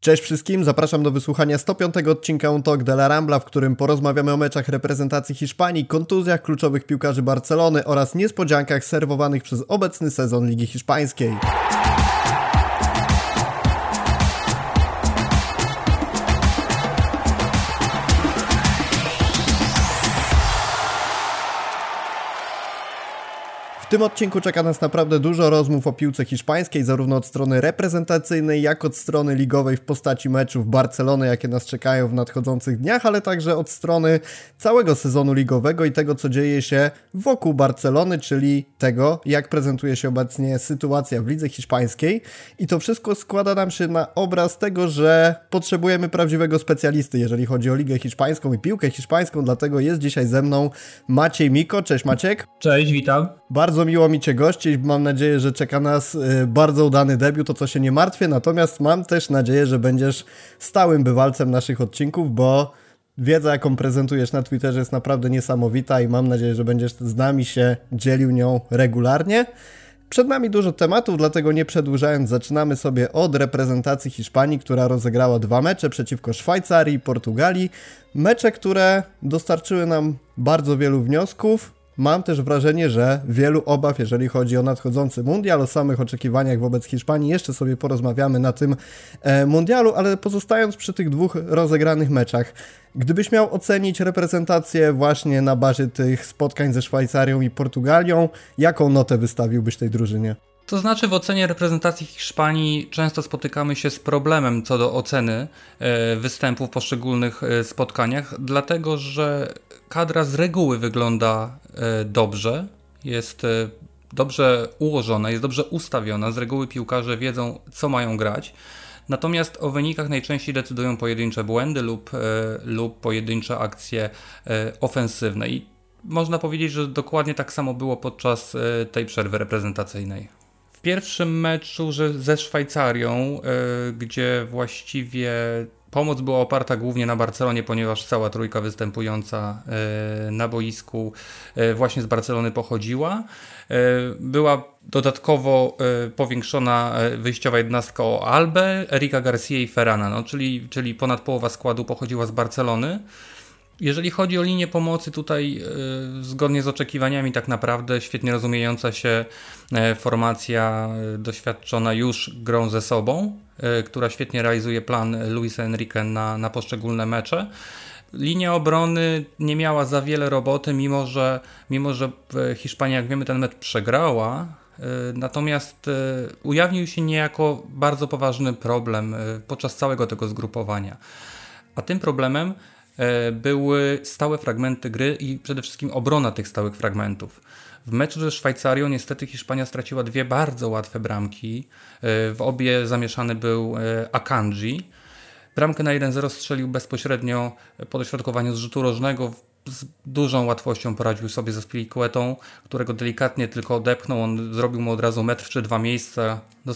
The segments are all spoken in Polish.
Cześć wszystkim, zapraszam do wysłuchania 105 odcinka Un Talk de la Rambla, w którym porozmawiamy o meczach reprezentacji Hiszpanii, kontuzjach kluczowych piłkarzy Barcelony oraz niespodziankach serwowanych przez obecny sezon Ligi Hiszpańskiej. W tym odcinku czeka nas naprawdę dużo rozmów o piłce hiszpańskiej, zarówno od strony reprezentacyjnej, jak od strony ligowej w postaci meczów Barcelony, jakie nas czekają w nadchodzących dniach, ale także od strony całego sezonu ligowego i tego, co dzieje się wokół Barcelony, czyli tego, jak prezentuje się obecnie sytuacja w lidze hiszpańskiej. I to wszystko składa nam się na obraz tego, że potrzebujemy prawdziwego specjalisty, jeżeli chodzi o ligę hiszpańską i piłkę hiszpańską, dlatego jest dzisiaj ze mną Maciej Miko. Cześć Maciek. Cześć, witam. Bardzo miło mi Cię gościć, mam nadzieję, że czeka nas bardzo udany debiut, o co się nie martwię, natomiast mam też nadzieję, że będziesz stałym bywalcem naszych odcinków, bo wiedza, jaką prezentujesz na Twitterze, jest naprawdę niesamowita i mam nadzieję, że będziesz z nami się dzielił nią regularnie. Przed nami dużo tematów, dlatego nie przedłużając, zaczynamy sobie od reprezentacji Hiszpanii, która rozegrała 2 mecze przeciwko Szwajcarii i Portugalii. Mecze, które dostarczyły nam bardzo wielu wniosków. Mam też wrażenie, że wielu obaw, jeżeli chodzi o nadchodzący mundial, o samych oczekiwaniach wobec Hiszpanii. Jeszcze sobie porozmawiamy na tym mundialu, ale pozostając przy tych 2 rozegranych meczach, gdybyś miał ocenić reprezentację właśnie na bazie tych spotkań ze Szwajcarią i Portugalią, jaką notę wystawiłbyś tej drużynie? To znaczy, w ocenie reprezentacji Hiszpanii często spotykamy się z problemem co do oceny występów w poszczególnych spotkaniach, dlatego że kadra z reguły wygląda dobrze, jest dobrze ułożona, jest dobrze ustawiona, z reguły piłkarze wiedzą, co mają grać. Natomiast o wynikach najczęściej decydują pojedyncze błędy lub pojedyncze akcje ofensywne. I można powiedzieć, że dokładnie tak samo było podczas tej przerwy reprezentacyjnej. W pierwszym meczu ze Szwajcarią, gdzie właściwie pomoc była oparta głównie na Barcelonie, ponieważ cała trójka występująca na boisku właśnie z Barcelony pochodziła. Była dodatkowo powiększona wyjściowa jednostka o Albę, Erika Garcia i Ferrana, czyli ponad połowa składu pochodziła z Barcelony. Jeżeli chodzi o linię pomocy, tutaj zgodnie z oczekiwaniami tak naprawdę świetnie rozumiejąca się formacja doświadczona już grą ze sobą, która świetnie realizuje plan Luisa Enrique na poszczególne mecze. Linia obrony nie miała za wiele roboty, mimo że Hiszpania, jak wiemy, ten mecz przegrała, natomiast ujawnił się niejako bardzo poważny problem podczas całego tego zgrupowania. A tym problemem były stałe fragmenty gry i przede wszystkim obrona tych stałych fragmentów. W meczu ze Szwajcarią niestety Hiszpania straciła 2 bardzo łatwe bramki. W obie zamieszany był Akanji. Bramkę na 1-0 strzelił bezpośrednio po dośrodkowaniu z rzutu rożnego. Z dużą łatwością poradził sobie ze Azpilicuetą, którego delikatnie tylko odepchnął. On zrobił mu od razu 1 czy 2 miejsca.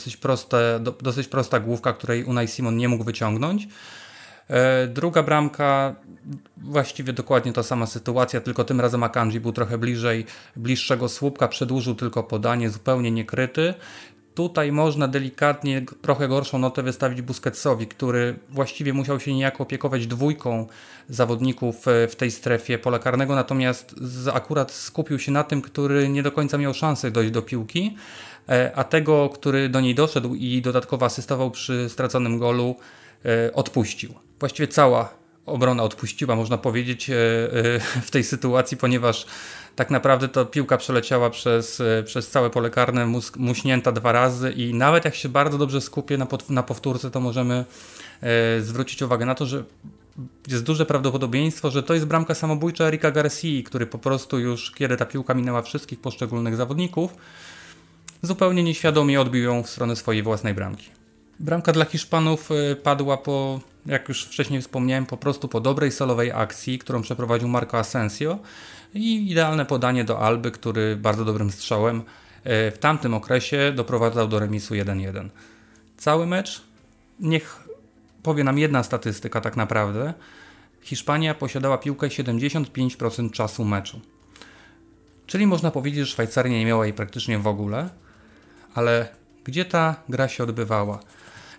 Dosyć prosta główka, której Unai Simon nie mógł wyciągnąć. Druga bramka, właściwie dokładnie ta sama sytuacja, tylko tym razem Akanji był trochę bliższego słupka, przedłużył tylko podanie, zupełnie niekryty. Tutaj można delikatnie trochę gorszą notę wystawić Busquetsowi, który właściwie musiał się niejako opiekować 2 zawodników w tej strefie pola karnego, natomiast akurat skupił się na tym, który nie do końca miał szansy dojść do piłki, a tego, który do niej doszedł i dodatkowo asystował przy straconym golu, odpuścił. Właściwie cała obrona odpuściła, można powiedzieć, w tej sytuacji, ponieważ tak naprawdę to piłka przeleciała przez całe pole karne, muśnięta 2 razy i nawet jak się bardzo dobrze skupię na powtórce, to możemy zwrócić uwagę na to, że jest duże prawdopodobieństwo, że to jest bramka samobójcza Erika Garcii, który po prostu już, kiedy ta piłka minęła wszystkich poszczególnych zawodników, zupełnie nieświadomie odbił ją w stronę swojej własnej bramki. Bramka dla Hiszpanów padła jak już wcześniej wspomniałem, po prostu po dobrej solowej akcji, którą przeprowadził Marco Asensio i idealne podanie do Alby, który bardzo dobrym strzałem w tamtym okresie doprowadzał do remisu 1-1. Cały mecz, niech powie nam jedna statystyka tak naprawdę, Hiszpania posiadała piłkę 75% czasu meczu. Czyli można powiedzieć, że Szwajcaria nie miała jej praktycznie w ogóle, ale gdzie ta gra się odbywała?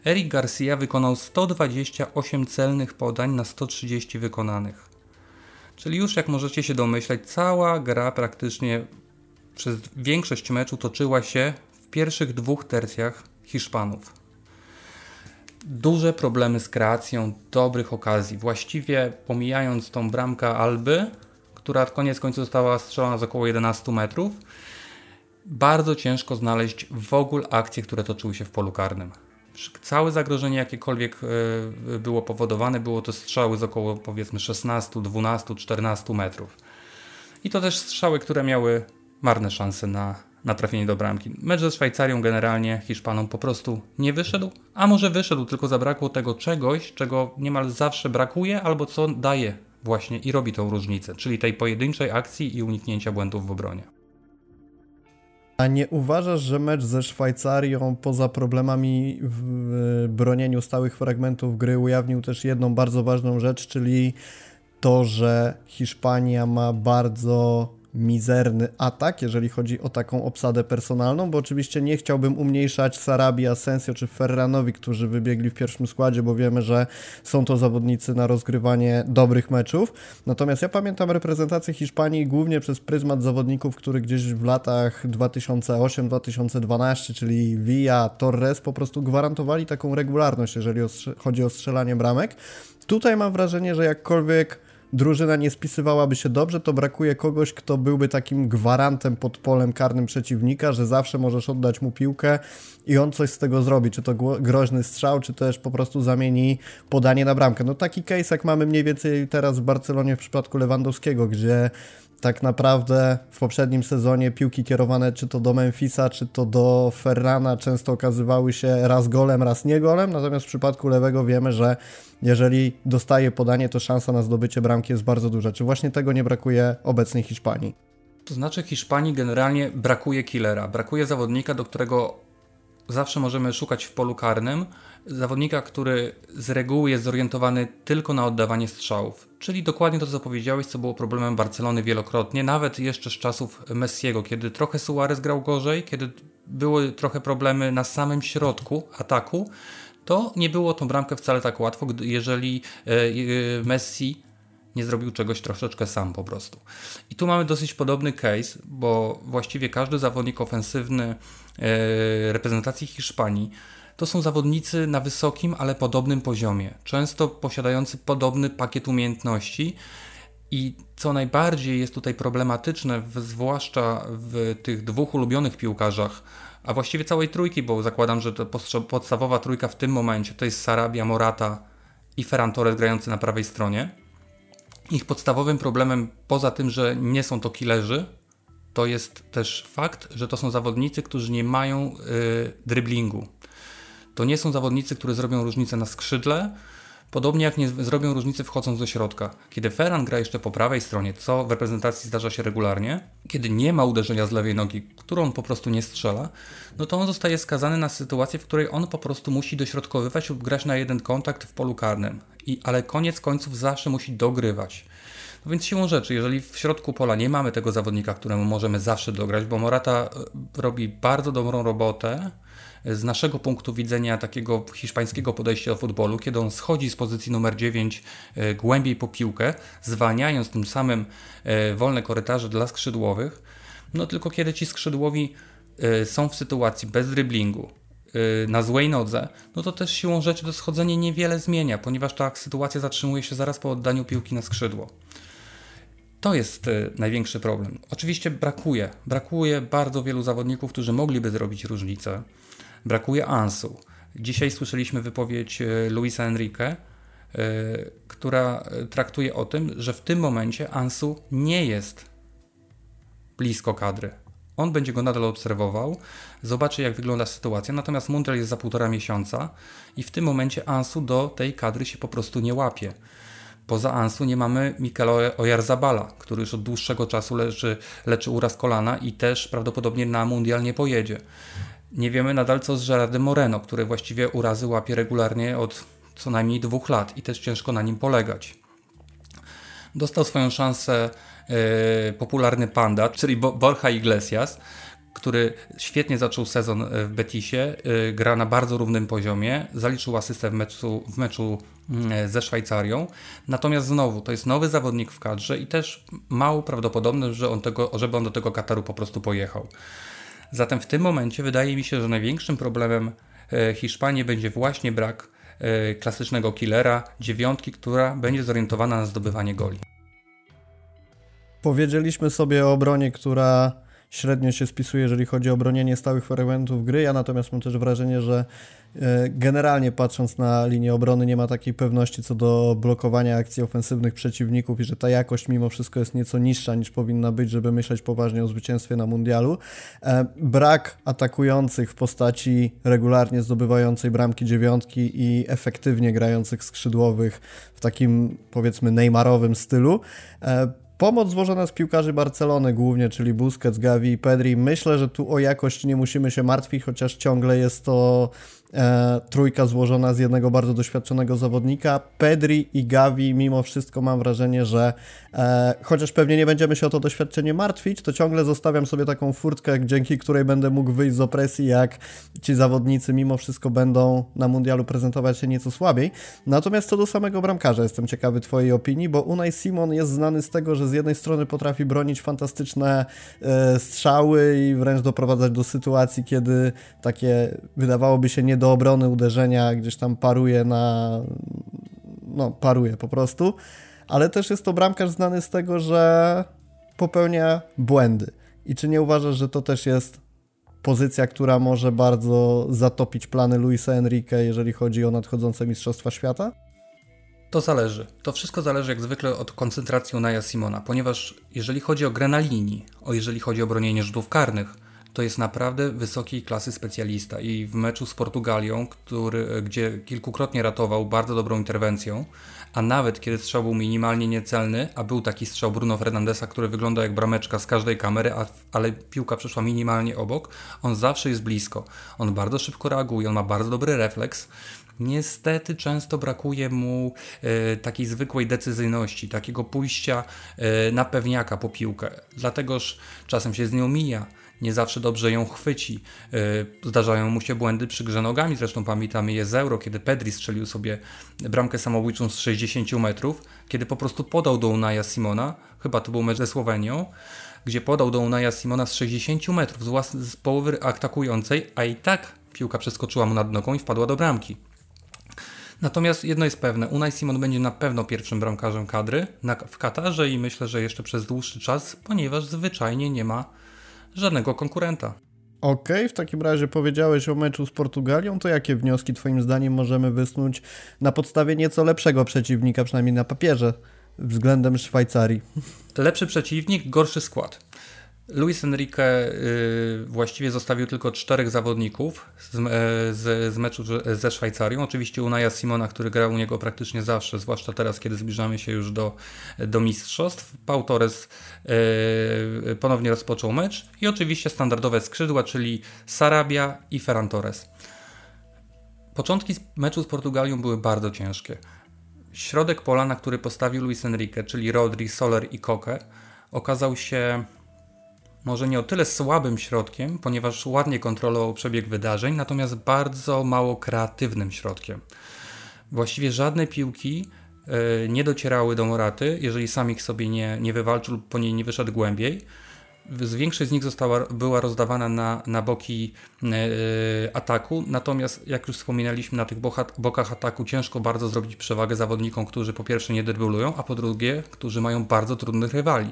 Eric Garcia wykonał 128 celnych podań na 130 wykonanych. Czyli już jak możecie się domyśleć, cała gra praktycznie przez większość meczu toczyła się w pierwszych 2 tercjach Hiszpanów. Duże problemy z kreacją dobrych okazji. Właściwie pomijając tą bramkę Alby, która koniec końców została strzelona z około 11 metrów, bardzo ciężko znaleźć w ogóle akcje, które toczyły się w polu karnym. Całe zagrożenie jakiekolwiek było powodowane, było to strzały z około powiedzmy 16, 12, 14 metrów. I to też strzały, które miały marne szanse na trafienie do bramki. Mecz ze Szwajcarią generalnie Hiszpanom po prostu nie wyszedł, a może wyszedł, tylko zabrakło tego czegoś, czego niemal zawsze brakuje, albo co daje właśnie i robi tą różnicę, czyli tej pojedynczej akcji i uniknięcia błędów w obronie. A nie uważasz, że mecz ze Szwajcarią poza problemami w bronieniu stałych fragmentów gry ujawnił też jedną bardzo ważną rzecz, czyli to, że Hiszpania ma bardzo mizerny atak, jeżeli chodzi o taką obsadę personalną, bo oczywiście nie chciałbym umniejszać Sarabi, Asensio czy Ferranowi, którzy wybiegli w pierwszym składzie, bo wiemy, że są to zawodnicy na rozgrywanie dobrych meczów. Natomiast ja pamiętam reprezentację Hiszpanii głównie przez pryzmat zawodników, którzy gdzieś w latach 2008-2012, czyli Villa, Torres, po prostu gwarantowali taką regularność, jeżeli chodzi o strzelanie bramek. Tutaj mam wrażenie, że jakkolwiek drużyna nie spisywałaby się dobrze, to brakuje kogoś, kto byłby takim gwarantem pod polem karnym przeciwnika, że zawsze możesz oddać mu piłkę i on coś z tego zrobi, czy to groźny strzał, czy też po prostu zamieni podanie na bramkę. No taki case jak mamy mniej więcej teraz w Barcelonie w przypadku Lewandowskiego, gdzie tak naprawdę w poprzednim sezonie piłki kierowane czy to do Memphisa, czy to do Ferrana często okazywały się raz golem, raz nie golem, natomiast w przypadku lewego wiemy, że jeżeli dostaje podanie, to szansa na zdobycie bramki jest bardzo duża. Czy właśnie tego nie brakuje obecnej Hiszpanii? To znaczy Hiszpanii generalnie brakuje killera, brakuje zawodnika, do którego zawsze możemy szukać w polu karnym, zawodnika, który z reguły jest zorientowany tylko na oddawanie strzałów. Czyli dokładnie to, co powiedziałeś, co było problemem Barcelony wielokrotnie, nawet jeszcze z czasów Messiego, kiedy trochę Suarez grał gorzej, kiedy były trochę problemy na samym środku ataku, to nie było tą bramkę wcale tak łatwo, jeżeli Messi nie zrobił czegoś troszeczkę sam po prostu. I tu mamy dosyć podobny case, bo właściwie każdy zawodnik ofensywny reprezentacji Hiszpanii to są zawodnicy na wysokim, ale podobnym poziomie, często posiadający podobny pakiet umiejętności i co najbardziej jest tutaj problematyczne, zwłaszcza w tych 2 ulubionych piłkarzach, a właściwie całej trójki, bo zakładam, że to podstawowa trójka w tym momencie to jest Sarabia, Morata i Ferran Torres grający na prawej stronie. Ich podstawowym problemem, poza tym, że nie są to killerzy, to jest też fakt, że to są zawodnicy, którzy nie mają driblingu. To nie są zawodnicy, którzy zrobią różnicę na skrzydle, podobnie jak nie zrobią różnicy wchodząc do środka. Kiedy Ferran gra jeszcze po prawej stronie, co w reprezentacji zdarza się regularnie, kiedy nie ma uderzenia z lewej nogi, którą on po prostu nie strzela, no to on zostaje skazany na sytuację, w której on po prostu musi dośrodkowywać lub grać na jeden kontakt w polu karnym. Ale koniec końców zawsze musi dogrywać. No więc siłą rzeczy, jeżeli w środku pola nie mamy tego zawodnika, któremu możemy zawsze dograć, bo Morata robi bardzo dobrą robotę z naszego punktu widzenia takiego hiszpańskiego podejścia do futbolu, kiedy on schodzi z pozycji numer 9 głębiej po piłkę, zwalniając tym samym wolne korytarze dla skrzydłowych, no tylko kiedy ci skrzydłowi są w sytuacji bez driblingu, na złej nodze, no to też siłą rzeczy to schodzenie niewiele zmienia, ponieważ ta sytuacja zatrzymuje się zaraz po oddaniu piłki na skrzydło. To jest największy problem. Oczywiście brakuje bardzo wielu zawodników, którzy mogliby zrobić różnicę. Brakuje Ansu. Dzisiaj słyszeliśmy wypowiedź Luisa Enrique, która traktuje o tym, że w tym momencie Ansu nie jest blisko kadry. On będzie go nadal obserwował, zobaczy jak wygląda sytuacja, natomiast mundial jest za 1,5 miesiąca i w tym momencie Ansu do tej kadry się po prostu nie łapie. Poza Ansu nie mamy Mikel Oyarzabala, który już od dłuższego czasu leczy uraz kolana i też prawdopodobnie na mundial nie pojedzie. Nie wiemy nadal co z Gerardem Moreno, który właściwie urazy łapie regularnie od co najmniej 2 lat i też ciężko na nim polegać. Dostał swoją szansę popularny panda, czyli Borja Iglesias, który świetnie zaczął sezon w Betisie, gra na bardzo równym poziomie, zaliczył asystę w meczu ze Szwajcarią, natomiast znowu to jest nowy zawodnik w kadrze i też mało prawdopodobne, żeby on do tego Kataru po prostu pojechał. Zatem w tym momencie wydaje mi się, że największym problemem Hiszpanii będzie właśnie brak klasycznego killera, dziewiątki, która będzie zorientowana na zdobywanie goli. Powiedzieliśmy sobie o obronie, która średnio się spisuje, jeżeli chodzi o bronienie stałych fragmentów gry. Ja natomiast mam też wrażenie, że generalnie patrząc na linię obrony nie ma takiej pewności co do blokowania akcji ofensywnych przeciwników i że ta jakość mimo wszystko jest nieco niższa niż powinna być, żeby myśleć poważnie o zwycięstwie na mundialu. Brak atakujących w postaci regularnie zdobywającej bramki dziewiątki i efektywnie grających skrzydłowych w takim powiedzmy neymarowym stylu. Pomoc złożona z piłkarzy Barcelony głównie, czyli Busquets, Gavi i Pedri. Myślę, że tu o jakość nie musimy się martwić, chociaż ciągle jest to trójka złożona z jednego bardzo doświadczonego zawodnika. Pedri i Gavi mimo wszystko mam wrażenie, że chociaż pewnie nie będziemy się o to doświadczenie martwić, to ciągle zostawiam sobie taką furtkę, dzięki której będę mógł wyjść z opresji, jak ci zawodnicy mimo wszystko będą na mundialu prezentować się nieco słabiej. Natomiast co do samego bramkarza jestem ciekawy twojej opinii, bo Unai Simon jest znany z tego, że z jednej strony potrafi bronić fantastyczne strzały i wręcz doprowadzać do sytuacji, kiedy takie wydawałoby się nie do obrony uderzenia gdzieś tam paruje po prostu, ale też jest to bramkarz znany z tego, że popełnia błędy. I czy nie uważasz, że to też jest pozycja, która może bardzo zatopić plany Luisa Enrique, jeżeli chodzi o nadchodzące Mistrzostwa Świata? To zależy. To wszystko zależy jak zwykle od koncentracji Unaia Simona, ponieważ jeżeli chodzi o grę na linii, jeżeli chodzi o bronienie rzutów karnych, to jest naprawdę wysokiej klasy specjalista i w meczu z Portugalią, gdzie kilkukrotnie ratował bardzo dobrą interwencją, a nawet kiedy strzał był minimalnie niecelny, a był taki strzał Bruno Fernandesa, który wygląda jak brameczka z każdej kamery, ale piłka przeszła minimalnie obok, on zawsze jest blisko. On bardzo szybko reaguje, on ma bardzo dobry refleks. Niestety często brakuje mu takiej zwykłej decyzyjności, takiego pójścia na pewniaka po piłkę, dlategoż czasem się z nią mija. Nie zawsze dobrze ją chwyci. Zdarzają mu się błędy przy grze nogami. Zresztą pamiętamy je z Euro, kiedy Pedri strzelił sobie bramkę samobójczą z 60 metrów, kiedy po prostu podał do Unaia Simona, chyba to był mecz ze Słowenią, gdzie podał do Unaia Simona z 60 metrów z połowy atakującej, a i tak piłka przeskoczyła mu nad nogą i wpadła do bramki. Natomiast jedno jest pewne, Unai Simon będzie na pewno pierwszym bramkarzem kadry w Katarze i myślę, że jeszcze przez dłuższy czas, ponieważ zwyczajnie nie ma żadnego konkurenta. Okej, w takim razie powiedziałeś o meczu z Portugalią, to jakie wnioski twoim zdaniem możemy wysnuć na podstawie nieco lepszego przeciwnika, przynajmniej na papierze, względem Szwajcarii? Lepszy przeciwnik, gorszy skład. Luis Enrique właściwie zostawił tylko 4 zawodników z meczu ze Szwajcarią. Oczywiście Unaia Simona, który grał u niego praktycznie zawsze, zwłaszcza teraz, kiedy zbliżamy się już do mistrzostw. Pau Torres ponownie rozpoczął mecz i oczywiście standardowe skrzydła, czyli Sarabia i Ferran Torres. Początki meczu z Portugalią były bardzo ciężkie. Środek pola, na który postawił Luis Enrique, czyli Rodri, Soler i Koke, okazał się może nie o tyle słabym środkiem, ponieważ ładnie kontrolował przebieg wydarzeń, natomiast bardzo mało kreatywnym środkiem. Właściwie żadne piłki nie docierały do Moraty, jeżeli sam ich sobie nie wywalczył lub po niej nie wyszedł głębiej. Większość z nich była rozdawana na boki ataku, natomiast jak już wspominaliśmy, na tych bokach ataku ciężko bardzo zrobić przewagę zawodnikom, którzy po pierwsze nie dryblują, a po drugie, którzy mają bardzo trudnych rywali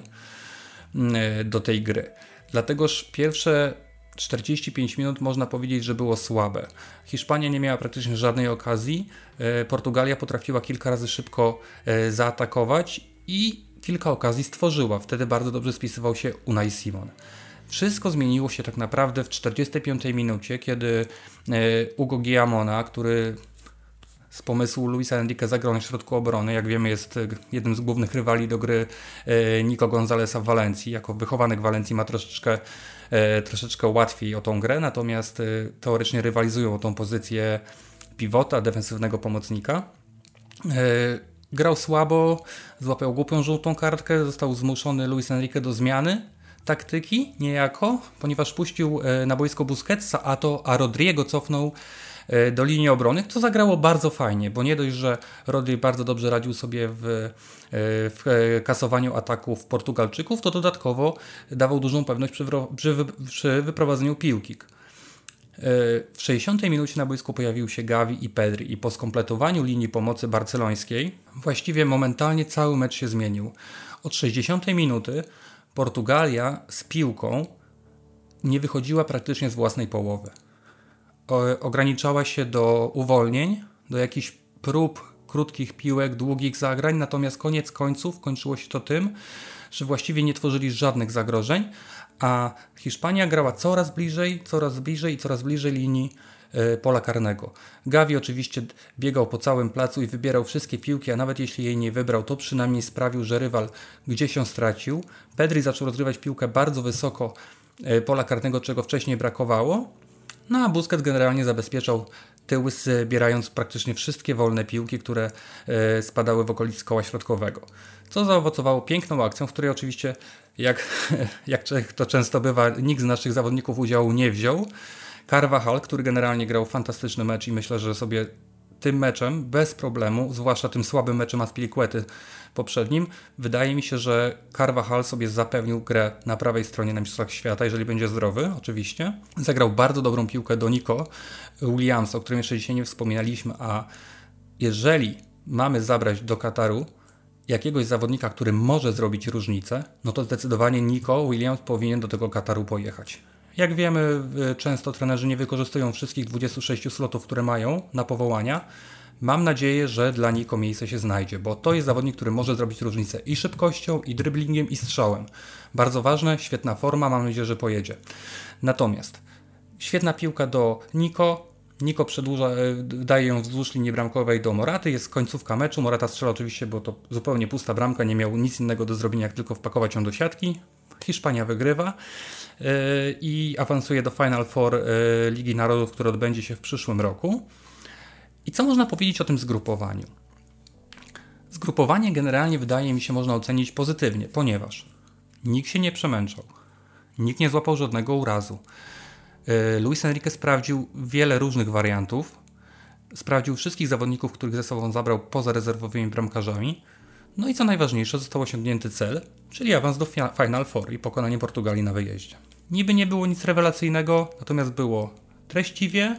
do tej gry. Dlategoż pierwsze 45 minut można powiedzieć, że było słabe. Hiszpania nie miała praktycznie żadnej okazji. Portugalia potrafiła kilka razy szybko zaatakować i kilka okazji stworzyła. Wtedy bardzo dobrze spisywał się Unai Simon. Wszystko zmieniło się tak naprawdę w 45 minucie, kiedy Hugo Guillamona, który z pomysłu Luisa Enrique zagrał na środku obrony, jak wiemy jest jednym z głównych rywali do gry Nico Gonzaleza w Walencji. Jako wychowanek Walencji ma troszeczkę łatwiej o tą grę, natomiast teoretycznie rywalizują o tą pozycję pivota, defensywnego pomocnika. Grał słabo, złapał głupią żółtą kartkę, został zmuszony Luis Enrique do zmiany. taktyki niejako, ponieważ puścił na boisko Busquetsa, a Rodriego cofnął do linii obrony, co zagrało bardzo fajnie, bo nie dość, że Rodri bardzo dobrze radził sobie w kasowaniu ataków Portugalczyków, to dodatkowo dawał dużą pewność przy wyprowadzeniu piłki. W 60 minucie na boisku pojawił się Gavi i Pedri i po skompletowaniu linii pomocy barcelońskiej właściwie momentalnie cały mecz się zmienił. Od 60 minuty Portugalia z piłką nie wychodziła praktycznie z własnej połowy. Ograniczała się do uwolnień, do jakichś prób krótkich piłek, długich zagrań, natomiast koniec końców kończyło się to tym, że właściwie nie tworzyli żadnych zagrożeń, a Hiszpania grała coraz bliżej linii pola karnego. Gavi oczywiście biegał po całym placu i wybierał wszystkie piłki, a nawet jeśli jej nie wybrał, to przynajmniej sprawił, że rywal gdzieś ją stracił. Pedri zaczął rozgrywać piłkę bardzo wysoko pola karnego, czego wcześniej brakowało. No a Busquets generalnie zabezpieczał tyły, zbierając praktycznie wszystkie wolne piłki, które spadały w okolicy koła środkowego. Co zaowocowało piękną akcją, w której oczywiście, jak to często bywa, nikt z naszych zawodników udziału nie wziął. Carvajal, który generalnie grał fantastyczny mecz i myślę, że sobie tym meczem bez problemu, zwłaszcza tym słabym meczem Azpilicuety poprzednim, wydaje mi się, że Carvajal sobie zapewnił grę na prawej stronie na Mistrzostwach Świata, jeżeli będzie zdrowy oczywiście. Zagrał bardzo dobrą piłkę do Nico Williamsa, o którym jeszcze dzisiaj nie wspominaliśmy, a jeżeli mamy zabrać do Kataru jakiegoś zawodnika, który może zrobić różnicę, no to zdecydowanie Nico Williams powinien do tego Kataru pojechać. Jak wiemy, często trenerzy nie wykorzystują wszystkich 26 slotów, które mają na powołania. Mam nadzieję, że dla Nico miejsce się znajdzie, bo to jest zawodnik, który może zrobić różnicę i szybkością, i dribblingiem, i strzałem. Bardzo ważne, świetna forma, mam nadzieję, że pojedzie. Natomiast świetna piłka do Nico. Nico przedłuża, daje ją wzdłuż linii bramkowej do Moraty, jest końcówka meczu. Morata strzela oczywiście, bo to zupełnie pusta bramka, nie miał nic innego do zrobienia, jak tylko wpakować ją do siatki. Hiszpania wygrywa i awansuje do Final Four Ligi Narodów, które odbędzie się w przyszłym roku. I co można powiedzieć o tym zgrupowaniu? Zgrupowanie generalnie wydaje mi się można ocenić pozytywnie, ponieważ nikt się nie przemęczał, nikt nie złapał żadnego urazu. Luis Enrique sprawdził wiele różnych wariantów, sprawdził wszystkich zawodników, których ze sobą zabrał poza rezerwowymi bramkarzami. No i co najważniejsze, został osiągnięty cel, czyli awans do Final Four i pokonanie Portugalii na wyjeździe. Niby nie było nic rewelacyjnego, natomiast było treściwie,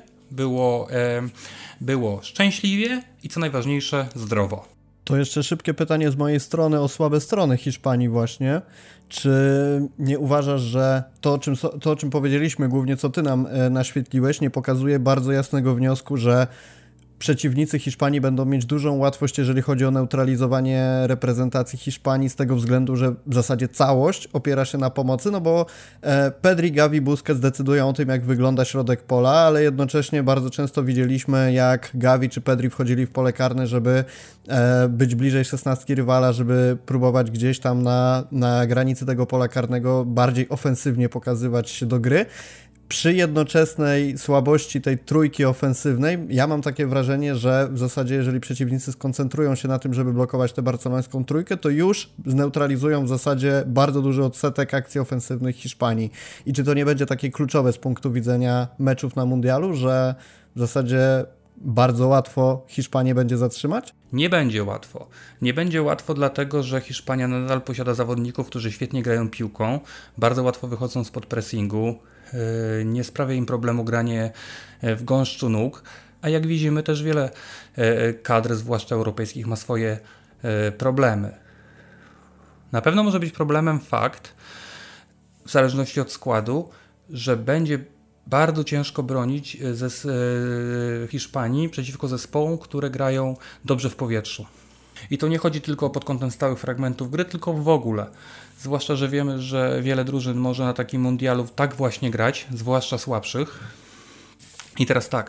było szczęśliwie i co najważniejsze zdrowo. To jeszcze szybkie pytanie z mojej strony o słabe strony Hiszpanii właśnie. Czy nie uważasz, że to, o czym powiedzieliśmy, głównie co ty nam naświetliłeś, nie pokazuje bardzo jasnego wniosku, że przeciwnicy Hiszpanii będą mieć dużą łatwość, jeżeli chodzi o neutralizowanie reprezentacji Hiszpanii z tego względu, że w zasadzie całość opiera się na pomocy, no bo Pedri, Gavi, Busquets decydują o tym, jak wygląda środek pola, ale jednocześnie bardzo często widzieliśmy, jak Gavi czy Pedri wchodzili w pole karne, żeby być bliżej 16 rywala, żeby próbować gdzieś tam na granicy tego pola karnego bardziej ofensywnie pokazywać się do gry. Przy jednoczesnej słabości tej trójki ofensywnej, ja mam takie wrażenie, że w zasadzie jeżeli przeciwnicy skoncentrują się na tym, żeby blokować tę barcelońską trójkę, to już zneutralizują w zasadzie bardzo duży odsetek akcji ofensywnych Hiszpanii. I czy to nie będzie takie kluczowe z punktu widzenia meczów na mundialu, że w zasadzie bardzo łatwo Hiszpanię będzie zatrzymać? Nie będzie łatwo. Nie będzie łatwo dlatego, że Hiszpania nadal posiada zawodników, którzy świetnie grają piłką, bardzo łatwo wychodzą spod pressingu, nie sprawia im problemu granie w gąszczu nóg, a jak widzimy też wiele kadr, zwłaszcza europejskich, ma swoje problemy. Na pewno może być problemem fakt, w zależności od składu, że będzie bardzo ciężko bronić ze Hiszpanii przeciwko zespołom, które grają dobrze w powietrzu. I to nie chodzi tylko pod kątem stałych fragmentów gry, tylko w ogóle. Zwłaszcza, że wiemy, że wiele drużyn może na takim mundialu tak właśnie grać, zwłaszcza słabszych. I teraz tak,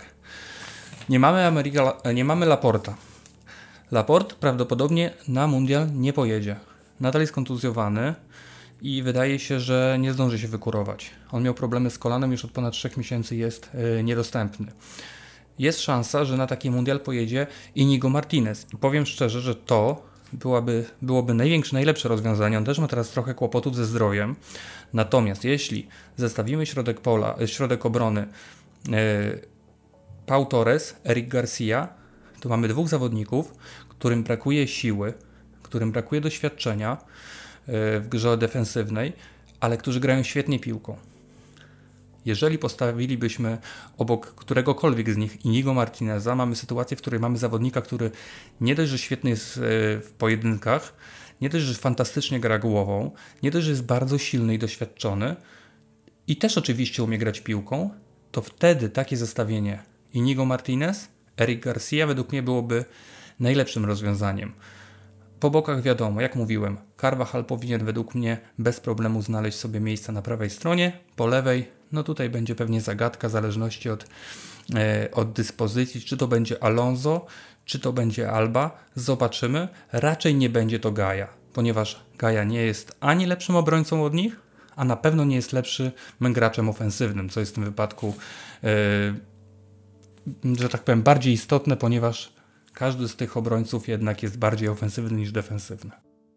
nie mamy Laporta. Laport prawdopodobnie na mundial nie pojedzie. Nadal jest kontuzjowany i wydaje się, że nie zdąży się wykurować. On miał problemy z kolanem, już od ponad 3 miesięcy jest niedostępny. Jest szansa, że na taki mundial pojedzie Inigo Martinez. I powiem szczerze, że to byłoby najlepsze rozwiązanie. On też ma teraz trochę kłopotów ze zdrowiem. Natomiast jeśli zestawimy środek obrony Pau Torres, Eric Garcia, to mamy dwóch zawodników, którym brakuje siły, którym brakuje doświadczenia w grze defensywnej, ale którzy grają świetnie piłką. Jeżeli postawilibyśmy obok któregokolwiek z nich Inigo Martineza, mamy sytuację, w której mamy zawodnika, który nie dość, że świetny jest w pojedynkach, nie dość, że fantastycznie gra głową, nie dość, że jest bardzo silny i doświadczony i też oczywiście umie grać piłką, to wtedy takie zestawienie Inigo Martinez, Eric Garcia według mnie byłoby najlepszym rozwiązaniem. Po bokach wiadomo, jak mówiłem, Carvajal powinien według mnie bez problemu znaleźć sobie miejsce na prawej stronie, po lewej, no tutaj będzie pewnie zagadka w zależności od dyspozycji, czy to będzie Alonso, czy to będzie Alba, zobaczymy. Raczej nie będzie to Gaia, ponieważ Gaia nie jest ani lepszym obrońcą od nich, a na pewno nie jest lepszym graczem ofensywnym, co jest w tym wypadku, że tak powiem, bardziej istotne, ponieważ każdy z tych obrońców jednak jest bardziej ofensywny niż defensywny.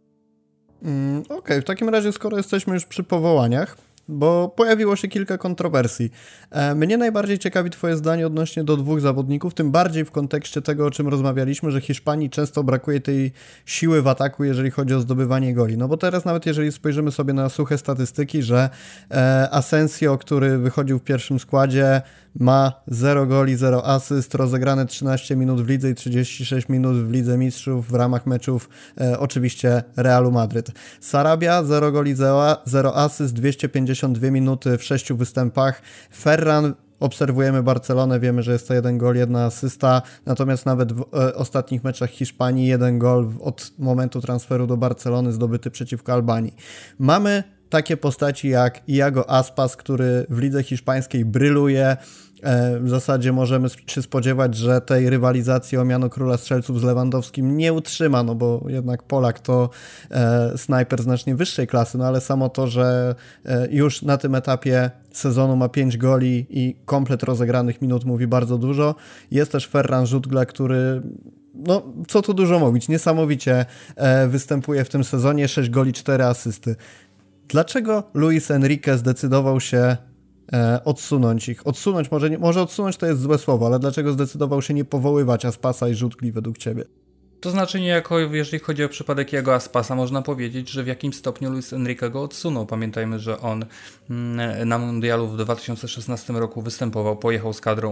Okej, w takim razie skoro jesteśmy już przy powołaniach, bo pojawiło się kilka kontrowersji. Mnie najbardziej ciekawi twoje zdanie odnośnie do dwóch zawodników, tym bardziej w kontekście tego, o czym rozmawialiśmy, że Hiszpanii często brakuje tej siły w ataku, jeżeli chodzi o zdobywanie goli. No bo teraz nawet jeżeli spojrzymy sobie na suche statystyki, że Asensio, który wychodził w pierwszym składzie, ma 0 goli, 0 asyst, rozegrane 13 minut w lidze i 36 minut w Lidze Mistrzów w ramach meczów oczywiście Realu Madryt. Sarabia 0 goli, 0 asyst, 252 minuty w 6 występach. Ferran, obserwujemy Barcelonę, wiemy, że jest to 1 gol, 1 asysta, natomiast nawet w ostatnich meczach Hiszpanii 1 gol od momentu transferu do Barcelony zdobyty przeciwko Albanii. Mamy takie postaci jak Iago Aspas, który w lidze hiszpańskiej bryluje. W zasadzie możemy się spodziewać, że tej rywalizacji o miano króla strzelców z Lewandowskim nie utrzyma, no bo jednak Polak to snajper znacznie wyższej klasy, no ale samo to, że już na tym etapie sezonu ma 5 goli i komplet rozegranych minut mówi bardzo dużo. Jest też Ferran Jutgla, który, no co tu dużo mówić, niesamowicie występuje w tym sezonie, 6 goli, 4 asysty. Dlaczego Luis Enrique zdecydował się odsunąć ich? Odsunąć, może odsunąć to jest złe słowo, ale dlaczego zdecydował się nie powoływać Aspasa i Jutgli według ciebie? To znaczy niejako, jeżeli chodzi o przypadek Iago Aspasa, można powiedzieć, że w jakimś stopniu Luis Enrique go odsunął. Pamiętajmy, że on na mundialu w 2016 roku występował, pojechał z kadrą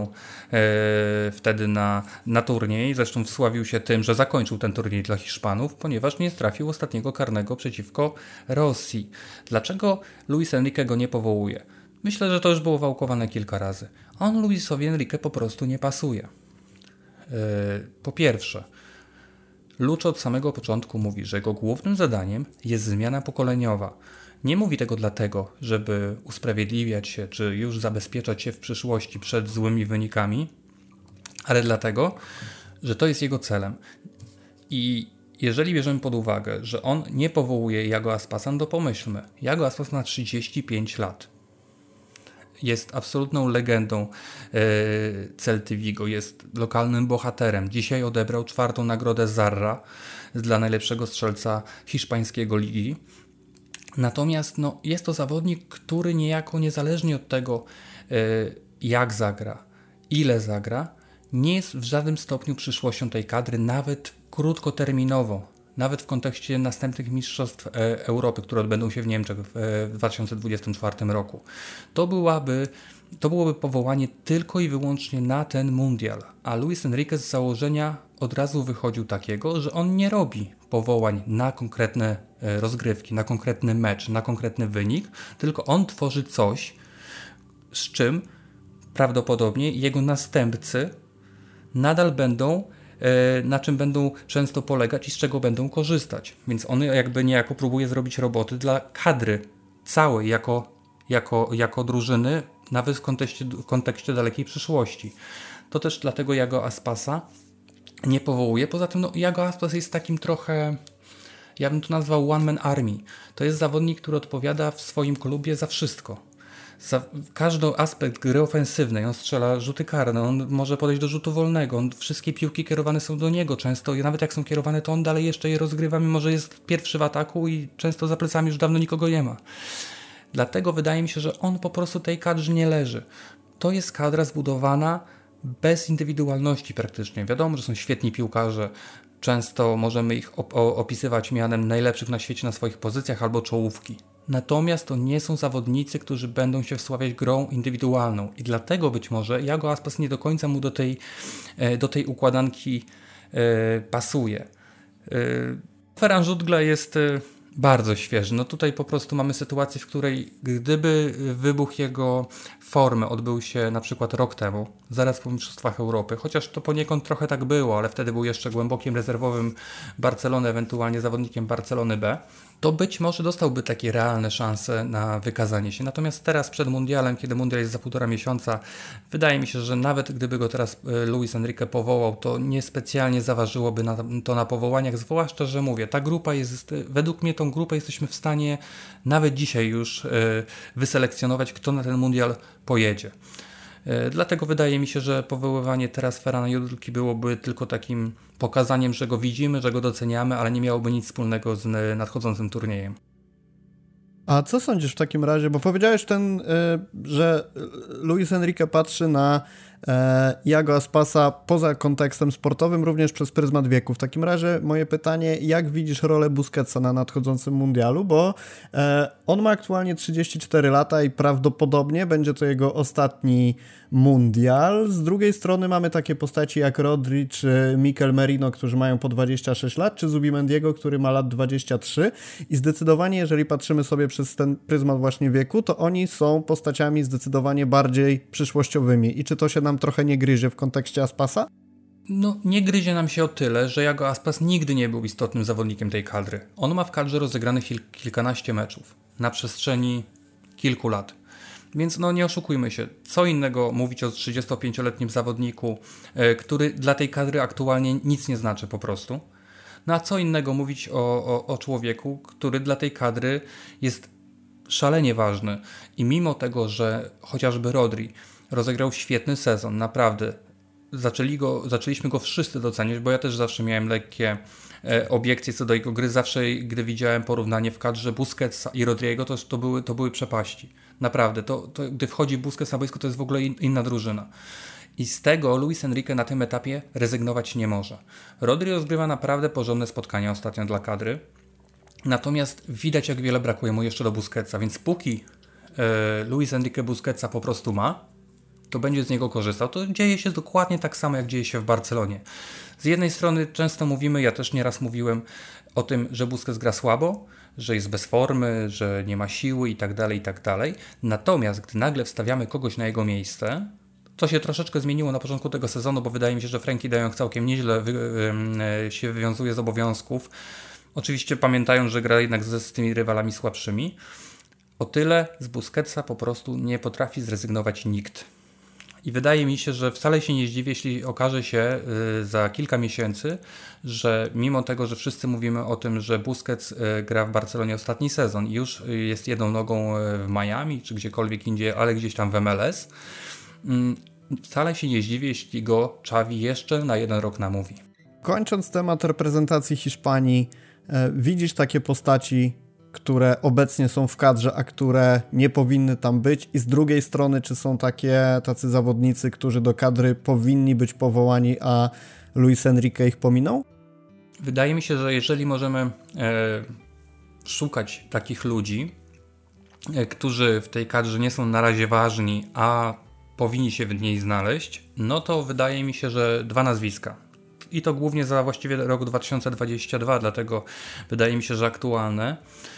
wtedy na turniej. Zresztą wsławił się tym, że zakończył ten turniej dla Hiszpanów, ponieważ nie trafił ostatniego karnego przeciwko Rosji. Dlaczego Luis Enrique go nie powołuje? Myślę, że to już było wałkowane kilka razy. On Luisowi Enrique po prostu nie pasuje. Po pierwsze, Lucz od samego początku mówi, że jego głównym zadaniem jest zmiana pokoleniowa. Nie mówi tego dlatego, żeby usprawiedliwiać się, czy już zabezpieczać się w przyszłości przed złymi wynikami, ale dlatego, że to jest jego celem. I jeżeli bierzemy pod uwagę, że on nie powołuje Iago Aspasa, to pomyślmy. Iago Aspas ma 35 lat. Jest absolutną legendą Celty Vigo, jest lokalnym bohaterem. Dzisiaj odebrał 4. nagrodę Zarra dla najlepszego strzelca hiszpańskiego ligi. Natomiast jest to zawodnik, który niejako niezależnie od tego, jak zagra, ile zagra, nie jest w żadnym stopniu przyszłością tej kadry, nawet krótkoterminowo. Nawet w kontekście następnych mistrzostw Europy, które odbędą się w Niemczech w 2024 roku. To byłoby powołanie tylko i wyłącznie na ten mundial. A Luis Enrique z założenia od razu wychodził takiego, że on nie robi powołań na konkretne rozgrywki, na konkretny mecz, na konkretny wynik, tylko on tworzy coś, z czym prawdopodobnie jego następcy nadal na czym będą często polegać i z czego będą korzystać. Więc on jakby niejako próbuje zrobić roboty dla kadry całej jako drużyny, nawet w kontekście dalekiej przyszłości. To też dlatego Iago Aspasa nie powołuje. Poza tym Iago Aspas jest takim trochę, ja bym to nazwał one man army. To jest zawodnik, który odpowiada w swoim klubie za wszystko. Każdy aspekt gry ofensywnej, on strzela rzuty karne, on może podejść do rzutu wolnego, wszystkie piłki kierowane są do niego często i nawet jak są kierowane, to on dalej jeszcze je rozgrywa, mimo że jest pierwszy w ataku i często za plecami już dawno nikogo nie ma. Dlatego wydaje mi się, że on po prostu tej kadrze nie leży. To jest kadra zbudowana bez indywidualności praktycznie. Wiadomo, że są świetni piłkarze, często możemy ich opisywać mianem najlepszych na świecie na swoich pozycjach albo czołówki. Natomiast to nie są zawodnicy, którzy będą się wsławiać grą indywidualną i dlatego być może Iago Aspas nie do końca mu do tej układanki pasuje. Ferran Jutgla jest bardzo świeży. No tutaj po prostu mamy sytuację, w której gdyby wybuch jego formy odbył się na przykład rok temu, zaraz po Mistrzostwach Europy, chociaż to poniekąd trochę tak było, ale wtedy był jeszcze głębokim rezerwowym Barcelony, ewentualnie zawodnikiem Barcelony B, to być może dostałby takie realne szanse na wykazanie się. Natomiast teraz przed mundialem, kiedy mundial jest za 1,5 miesiąca, wydaje mi się, że nawet gdyby go teraz Luis Enrique powołał, to niespecjalnie zaważyłoby to na powołaniach, zwłaszcza, że mówię, ta grupa jest, według mnie tą grupę jesteśmy w stanie nawet dzisiaj już wyselekcjonować, kto na ten mundial pojedzie. Dlatego wydaje mi się, że powoływanie teraz Ferrana Jutglki byłoby tylko takim pokazaniem, że go widzimy, że go doceniamy, ale nie miałoby nic wspólnego z nadchodzącym turniejem. A co sądzisz w takim razie, bo powiedziałeś że Luis Enrique patrzy na Iago Aspasa poza kontekstem sportowym, również przez pryzmat wieku. W takim razie moje pytanie, jak widzisz rolę Busquetsa na nadchodzącym mundialu, bo on ma aktualnie 34 lata i prawdopodobnie będzie to jego ostatni mundial. Z drugiej strony mamy takie postaci jak Rodri czy Mikel Merino, którzy mają po 26 lat, czy Zubimendiego, który ma lat 23 i zdecydowanie, jeżeli patrzymy sobie przez ten pryzmat właśnie wieku, to oni są postaciami zdecydowanie bardziej przyszłościowymi. I czy to się nam trochę nie gryzie w kontekście Aspasa? No, nie gryzie nam się o tyle, że Iago Aspas nigdy nie był istotnym zawodnikiem tej kadry. On ma w kadrze rozegranych kilkanaście meczów na przestrzeni kilku lat. Więc no nie oszukujmy się, co innego mówić o 35-letnim zawodniku, który dla tej kadry aktualnie nic nie znaczy po prostu. No a co innego mówić o człowieku, który dla tej kadry jest szalenie ważny. I mimo tego, że chociażby Rodri rozegrał świetny sezon, naprawdę. Zaczęliśmy go wszyscy doceniać, bo ja też zawsze miałem lekkie obiekcje co do jego gry. Zawsze, gdy widziałem porównanie w kadrze Busquetsa i Rodriego, to były przepaści. Naprawdę, gdy wchodzi Busquets na boisko, to jest w ogóle inna drużyna. I z tego Luis Enrique na tym etapie rezygnować nie może. Rodri rozgrywa naprawdę porządne spotkania ostatnio dla kadry. Natomiast widać, jak wiele brakuje mu jeszcze do Busquetsa, więc póki Luis Enrique Busquetsa po prostu ma, to będzie z niego korzystał. To dzieje się dokładnie tak samo, jak dzieje się w Barcelonie. Z jednej strony często mówimy, ja też nieraz mówiłem o tym, że Busquets gra słabo, że jest bez formy, że nie ma siły i tak dalej. Natomiast gdy nagle wstawiamy kogoś na jego miejsce, to się troszeczkę zmieniło na początku tego sezonu, bo wydaje mi się, że Frenkie de Jong całkiem nieźle się wywiązuje z obowiązków. Oczywiście pamiętając, że gra jednak z tymi rywalami słabszymi. O tyle z Busquetsa po prostu nie potrafi zrezygnować nikt. I wydaje mi się, że wcale się nie zdziwię, jeśli okaże się za kilka miesięcy, że mimo tego, że wszyscy mówimy o tym, że Busquets gra w Barcelonie ostatni sezon i już jest jedną nogą w Miami czy gdziekolwiek indziej, ale gdzieś tam w MLS, wcale się nie zdziwię, jeśli go Xavi jeszcze na 1 rok namówi. Kończąc temat reprezentacji Hiszpanii, widzisz takie postaci, które obecnie są w kadrze, a które nie powinny tam być, i z drugiej strony, czy są tacy zawodnicy, którzy do kadry powinni być powołani, a Luis Enrique ich pominął? Wydaje mi się, że jeżeli możemy szukać takich ludzi, którzy w tej kadrze nie są na razie ważni, a powinni się w niej znaleźć, no to wydaje mi się, że 2 nazwiska. I to głównie za właściwie rok 2022, dlatego wydaje mi się, że aktualne.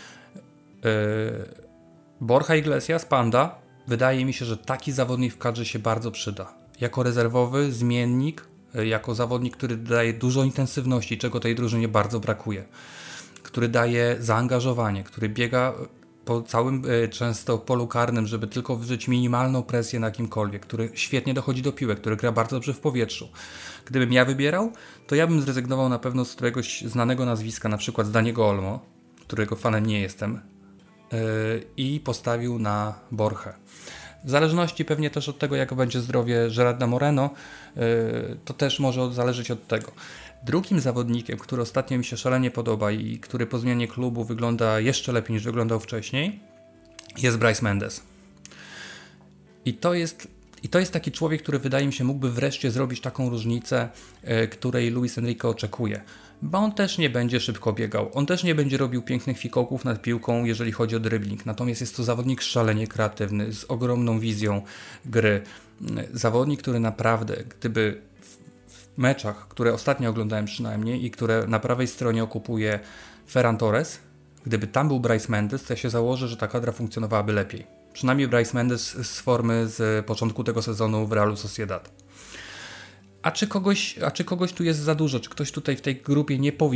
Borja Iglesias, Panda, wydaje mi się, że taki zawodnik w kadrze się bardzo przyda. Jako rezerwowy, zmiennik, jako zawodnik, który daje dużo intensywności, czego tej drużynie bardzo brakuje. Który daje zaangażowanie, który biega po całym często polu karnym, żeby tylko wywrzeć minimalną presję na kimkolwiek, który świetnie dochodzi do piłek, który gra bardzo dobrze w powietrzu. Gdybym ja wybierał, to ja bym zrezygnował na pewno z któregoś znanego nazwiska, na przykład z Daniego Olmo, którego fanem nie jestem, i postawił na Borgę. W zależności pewnie też od tego, jak będzie zdrowie Gerarda Moreno, to też może zależeć od tego. Drugim zawodnikiem, który ostatnio mi się szalenie podoba i który po zmianie klubu wygląda jeszcze lepiej niż wyglądał wcześniej, jest Bryce Mendes. I to jest taki człowiek, który wydaje mi się mógłby wreszcie zrobić taką różnicę, której Luis Enrique oczekuje. Bo on też nie będzie szybko biegał, on też nie będzie robił pięknych fikołków nad piłką, jeżeli chodzi o dribbling. Natomiast jest to zawodnik szalenie kreatywny, z ogromną wizją gry. Zawodnik, który naprawdę, gdyby w meczach, które ostatnio oglądałem przynajmniej i które na prawej stronie okupuje Ferran Torres, gdyby tam był Bryce Mendes, to ja się założę, że ta kadra funkcjonowałaby lepiej. Przynajmniej Bryce Mendes z formy z początku tego sezonu w Realu Sociedad. A czy kogoś tu jest za dużo? Czy ktoś tutaj w tej grupie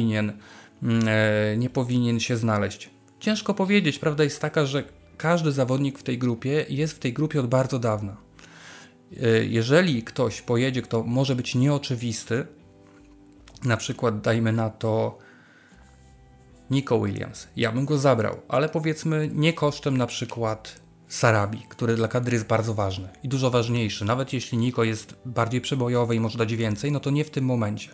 nie powinien się znaleźć? Ciężko powiedzieć. Prawda jest taka, że każdy zawodnik w tej grupie jest w tej grupie od bardzo dawna. Jeżeli ktoś pojedzie, kto może być nieoczywisty, na przykład dajmy na to Nico Williams, ja bym go zabrał, ale powiedzmy nie kosztem na przykład Sarabi, który dla kadry jest bardzo ważny i dużo ważniejszy. Nawet jeśli Nico jest bardziej przebojowy i może dać więcej, no to nie w tym momencie.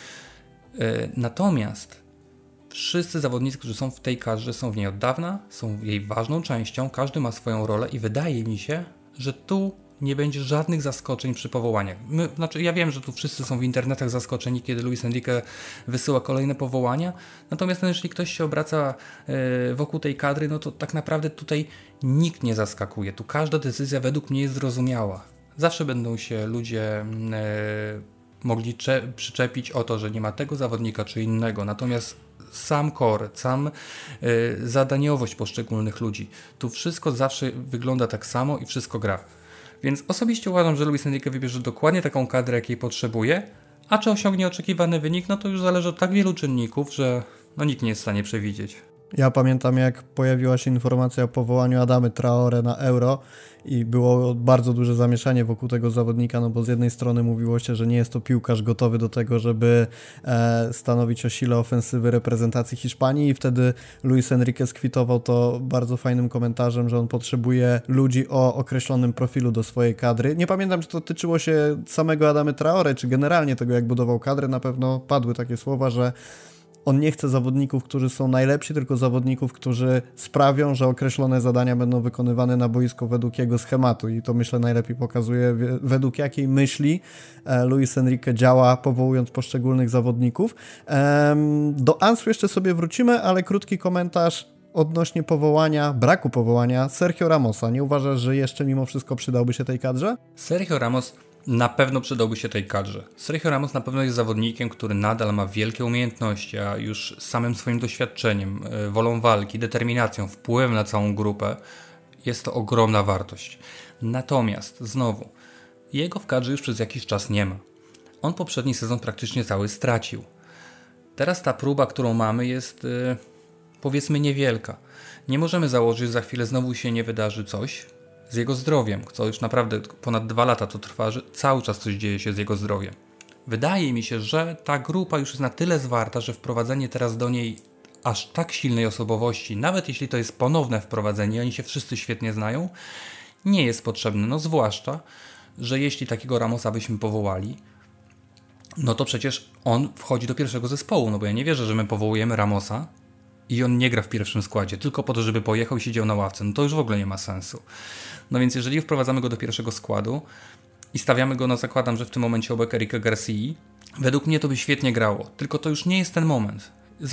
Natomiast wszyscy zawodnicy, którzy są w tej kadrze, są w niej od dawna, są jej ważną częścią, każdy ma swoją rolę i wydaje mi się, że tu nie będzie żadnych zaskoczeń przy powołaniach. Ja wiem, że tu wszyscy są w internetach zaskoczeni, kiedy Luis Enrique wysyła kolejne powołania, natomiast jeśli ktoś się obraca wokół tej kadry, no to tak naprawdę tutaj nikt nie zaskakuje. Tu każda decyzja według mnie jest zrozumiała. Zawsze będą się ludzie mogli przyczepić o to, że nie ma tego zawodnika czy innego, natomiast sam core, zadaniowość poszczególnych ludzi, tu wszystko zawsze wygląda tak samo i wszystko gra. Więc osobiście uważam, że Luis Enrique wybierze dokładnie taką kadrę, jakiej potrzebuje, a czy osiągnie oczekiwany wynik, no to już zależy od tak wielu czynników, że nikt nie jest w stanie przewidzieć. Ja pamiętam, jak pojawiła się informacja o powołaniu Adamy Traoré na Euro i było bardzo duże zamieszanie wokół tego zawodnika, no bo z jednej strony mówiło się, że nie jest to piłkarz gotowy do tego, żeby stanowić o sile ofensywy reprezentacji Hiszpanii i wtedy Luis Enrique skwitował to bardzo fajnym komentarzem, że on potrzebuje ludzi o określonym profilu do swojej kadry. Nie pamiętam, czy to tyczyło się samego Adamy Traoré, czy generalnie tego, jak budował kadrę. Na pewno padły takie słowa, że on nie chce zawodników, którzy są najlepsi, tylko zawodników, którzy sprawią, że określone zadania będą wykonywane na boisku według jego schematu i to myślę najlepiej pokazuje, według jakiej myśli Luis Enrique działa, powołując poszczególnych zawodników. Do Ansu jeszcze sobie wrócimy, ale krótki komentarz odnośnie braku powołania Sergio Ramosa. Nie uważasz, że jeszcze mimo wszystko przydałby się tej kadrze? Sergio Ramos na pewno przydałby się tej kadrze. Sergio Ramos na pewno jest zawodnikiem, który nadal ma wielkie umiejętności, a już samym swoim doświadczeniem, wolą walki, determinacją, wpływem na całą grupę jest to ogromna wartość. Natomiast znowu, jego w kadrze już przez jakiś czas nie ma. On poprzedni sezon praktycznie cały stracił. Teraz ta próba, którą mamy, jest powiedzmy niewielka. Nie możemy założyć, że za chwilę znowu się nie wydarzy coś z jego zdrowiem, co już naprawdę ponad 2 lata to trwa, że cały czas coś dzieje się z jego zdrowiem. Wydaje mi się, że ta grupa już jest na tyle zwarta, że wprowadzenie teraz do niej aż tak silnej osobowości, nawet jeśli to jest ponowne wprowadzenie, oni się wszyscy świetnie znają, nie jest potrzebne. No zwłaszcza, że jeśli takiego Ramosa byśmy powołali, no to przecież on wchodzi do pierwszego zespołu, no bo ja nie wierzę, że my powołujemy Ramosa i on nie gra w pierwszym składzie, tylko po to, żeby pojechał i siedział na ławce. No to już w ogóle nie ma sensu. No więc jeżeli wprowadzamy go do pierwszego składu i stawiamy go, zakładam, że w tym momencie obok Erika Garcii, według mnie to by świetnie grało. Tylko to już nie jest ten moment.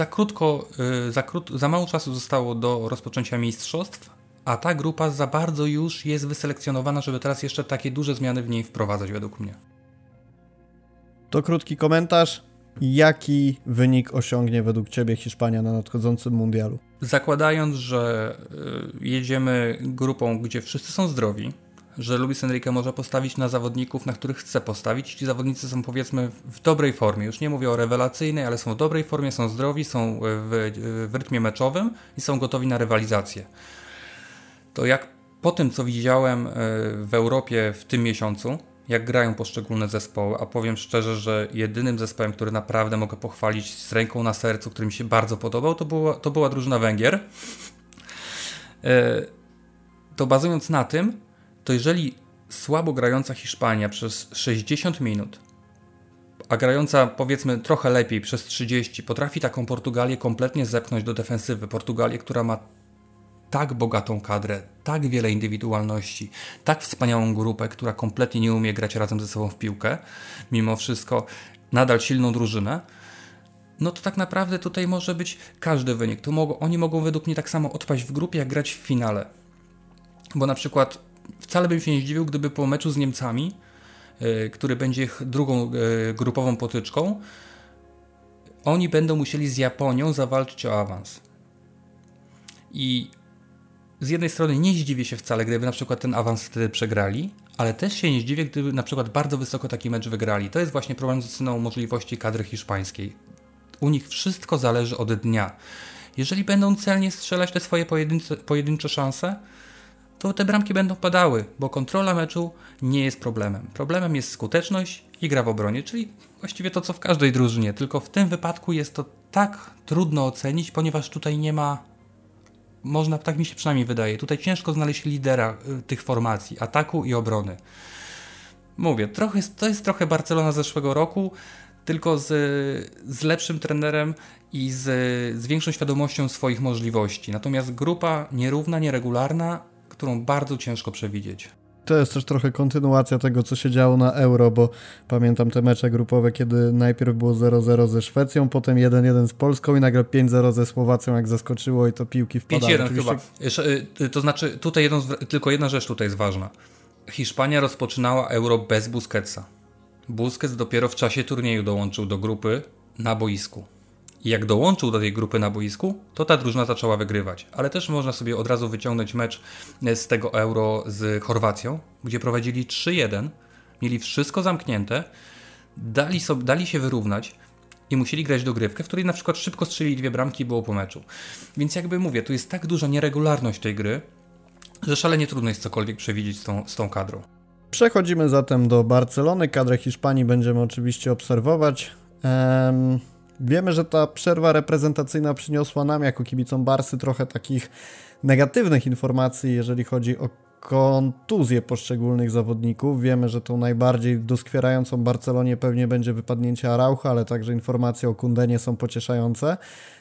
Za mało czasu zostało do rozpoczęcia mistrzostw, a ta grupa za bardzo już jest wyselekcjonowana, żeby teraz jeszcze takie duże zmiany w niej wprowadzać według mnie. To krótki komentarz. Jaki wynik osiągnie według Ciebie Hiszpania na nadchodzącym mundialu? Zakładając, że jedziemy grupą, gdzie wszyscy są zdrowi, że Luis Enrique może postawić na zawodników, na których chce postawić. Ci zawodnicy są powiedzmy w dobrej formie. Już nie mówię o rewelacyjnej, ale są w dobrej formie, są zdrowi, są w rytmie meczowym i są gotowi na rywalizację. To jak po tym, co widziałem w Europie w tym miesiącu, jak grają poszczególne zespoły, a powiem szczerze, że jedynym zespołem, który naprawdę mogę pochwalić z ręką na sercu, który mi się bardzo podobał, to była drużyna Węgier. to bazując na tym, to jeżeli słabo grająca Hiszpania przez 60 minut, a grająca powiedzmy trochę lepiej przez 30 potrafi taką Portugalię kompletnie zepchnąć do defensywy, Portugalię, która ma tak bogatą kadrę, tak wiele indywidualności, tak wspaniałą grupę, która kompletnie nie umie grać razem ze sobą w piłkę, mimo wszystko nadal silną drużynę, no to tak naprawdę tutaj może być każdy wynik. Oni mogą według mnie tak samo odpaść w grupie, jak grać w finale. Bo na przykład wcale bym się nie zdziwił, gdyby po meczu z Niemcami, który będzie ich drugą grupową potyczką, oni będą musieli z Japonią zawalczyć o awans. I z jednej strony nie zdziwię się wcale, gdyby na przykład ten awans wtedy przegrali, ale też się nie zdziwię, gdyby na przykład bardzo wysoko taki mecz wygrali. To jest właśnie problem z oceną możliwości kadry hiszpańskiej. U nich wszystko zależy od dnia. Jeżeli będą celnie strzelać te swoje pojedyncze szanse, to te bramki będą padały, bo kontrola meczu nie jest problemem. Problemem jest skuteczność i gra w obronie, czyli właściwie to, co w każdej drużynie. Tylko w tym wypadku jest to tak trudno ocenić, ponieważ tutaj nie ma, tak mi się przynajmniej wydaje, tutaj ciężko znaleźć lidera tych formacji, ataku i obrony. Mówię, to jest trochę Barcelona z zeszłego roku, tylko z lepszym trenerem i z większą świadomością swoich możliwości. Natomiast grupa nierówna, nieregularna, którą bardzo ciężko przewidzieć. To jest też trochę kontynuacja tego, co się działo na Euro, bo pamiętam te mecze grupowe, kiedy najpierw było 0-0 ze Szwecją, potem 1-1 z Polską i nagle 5-0 ze Słowacją, jak zaskoczyło i to piłki wpadały. 5-1 chyba. To znaczy, tutaj tylko jedna rzecz tutaj jest ważna. Hiszpania rozpoczynała Euro bez Busquetsa. Busquets dopiero w czasie turnieju dołączył do grupy na boisku. I jak dołączył do tej grupy na boisku, to ta drużyna zaczęła wygrywać. Ale też można sobie od razu wyciągnąć mecz z tego Euro z Chorwacją, gdzie prowadzili 3-1, mieli wszystko zamknięte, dali się wyrównać i musieli grać dogrywkę, w której na przykład szybko strzelili 2 bramki i było po meczu. Więc jakby mówię, tu jest tak duża nieregularność tej gry, że szalenie trudno jest cokolwiek przewidzieć z tą kadrą. Przechodzimy zatem do Barcelony. Kadrę Hiszpanii będziemy oczywiście obserwować. Wiemy, że ta przerwa reprezentacyjna przyniosła nam jako kibicom Barsy trochę takich negatywnych informacji, jeżeli chodzi o kontuzje poszczególnych zawodników. Wiemy, że tą najbardziej doskwierającą Barcelonie pewnie będzie wypadnięcie Araucha, ale także informacje o Koundé nie są pocieszające.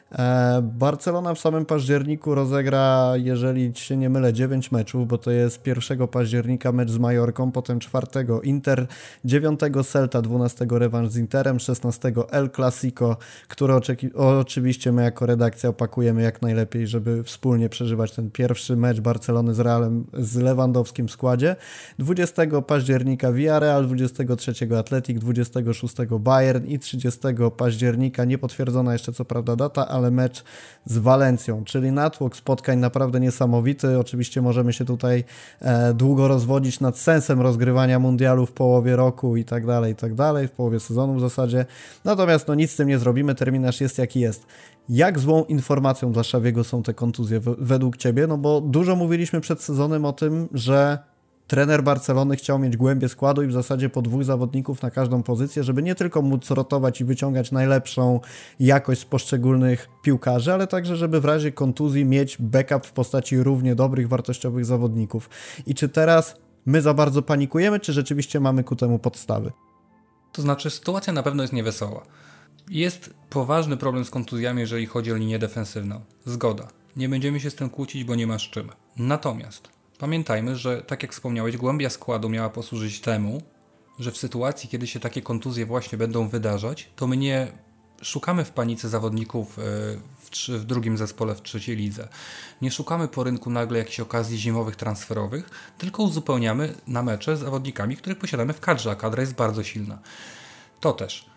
Barcelona w samym październiku rozegra, jeżeli się nie mylę, 9 meczów, bo to jest 1 października mecz z Majorką, potem 4 Inter, 9 Celta, 12 rewanż z Interem, 16 El Clasico, które oczywiście my jako redakcja opakujemy jak najlepiej, żeby wspólnie przeżywać ten pierwszy mecz Barcelony z Realem z Lewandowskim w składzie, 20 października Villarreal, 23 Athletic, 26 Bayern i 30 października, niepotwierdzona jeszcze co prawda data, ale mecz z Walencją, czyli natłok spotkań naprawdę niesamowity. Oczywiście możemy się tutaj długo rozwodzić nad sensem rozgrywania mundialu w połowie roku i tak dalej, w połowie sezonu w zasadzie. Natomiast nic z tym nie zrobimy, terminarz jest jaki jest. Jak złą informacją dla Xaviego są te kontuzje według Ciebie? No bo dużo mówiliśmy przed sezonem o tym, że trener Barcelony chciał mieć głębię składu i w zasadzie po 2 zawodników na każdą pozycję, żeby nie tylko móc rotować i wyciągać najlepszą jakość z poszczególnych piłkarzy, ale także, żeby w razie kontuzji mieć backup w postaci równie dobrych, wartościowych zawodników. I czy teraz my za bardzo panikujemy, czy rzeczywiście mamy ku temu podstawy? To znaczy, sytuacja na pewno jest niewesoła. Jest poważny problem z kontuzjami, jeżeli chodzi o linię defensywną. Zgoda. Nie będziemy się z tym kłócić, bo nie ma z czym. Natomiast pamiętajmy, że tak jak wspomniałeś, głębia składu miała posłużyć temu, że w sytuacji, kiedy się takie kontuzje właśnie będą wydarzać, to my nie szukamy w panice zawodników w drugim zespole w trzeciej lidze. Nie szukamy po rynku nagle jakichś okazji zimowych, transferowych, tylko uzupełniamy na mecze z zawodnikami, których posiadamy w kadrze, a kadra jest bardzo silna. To też.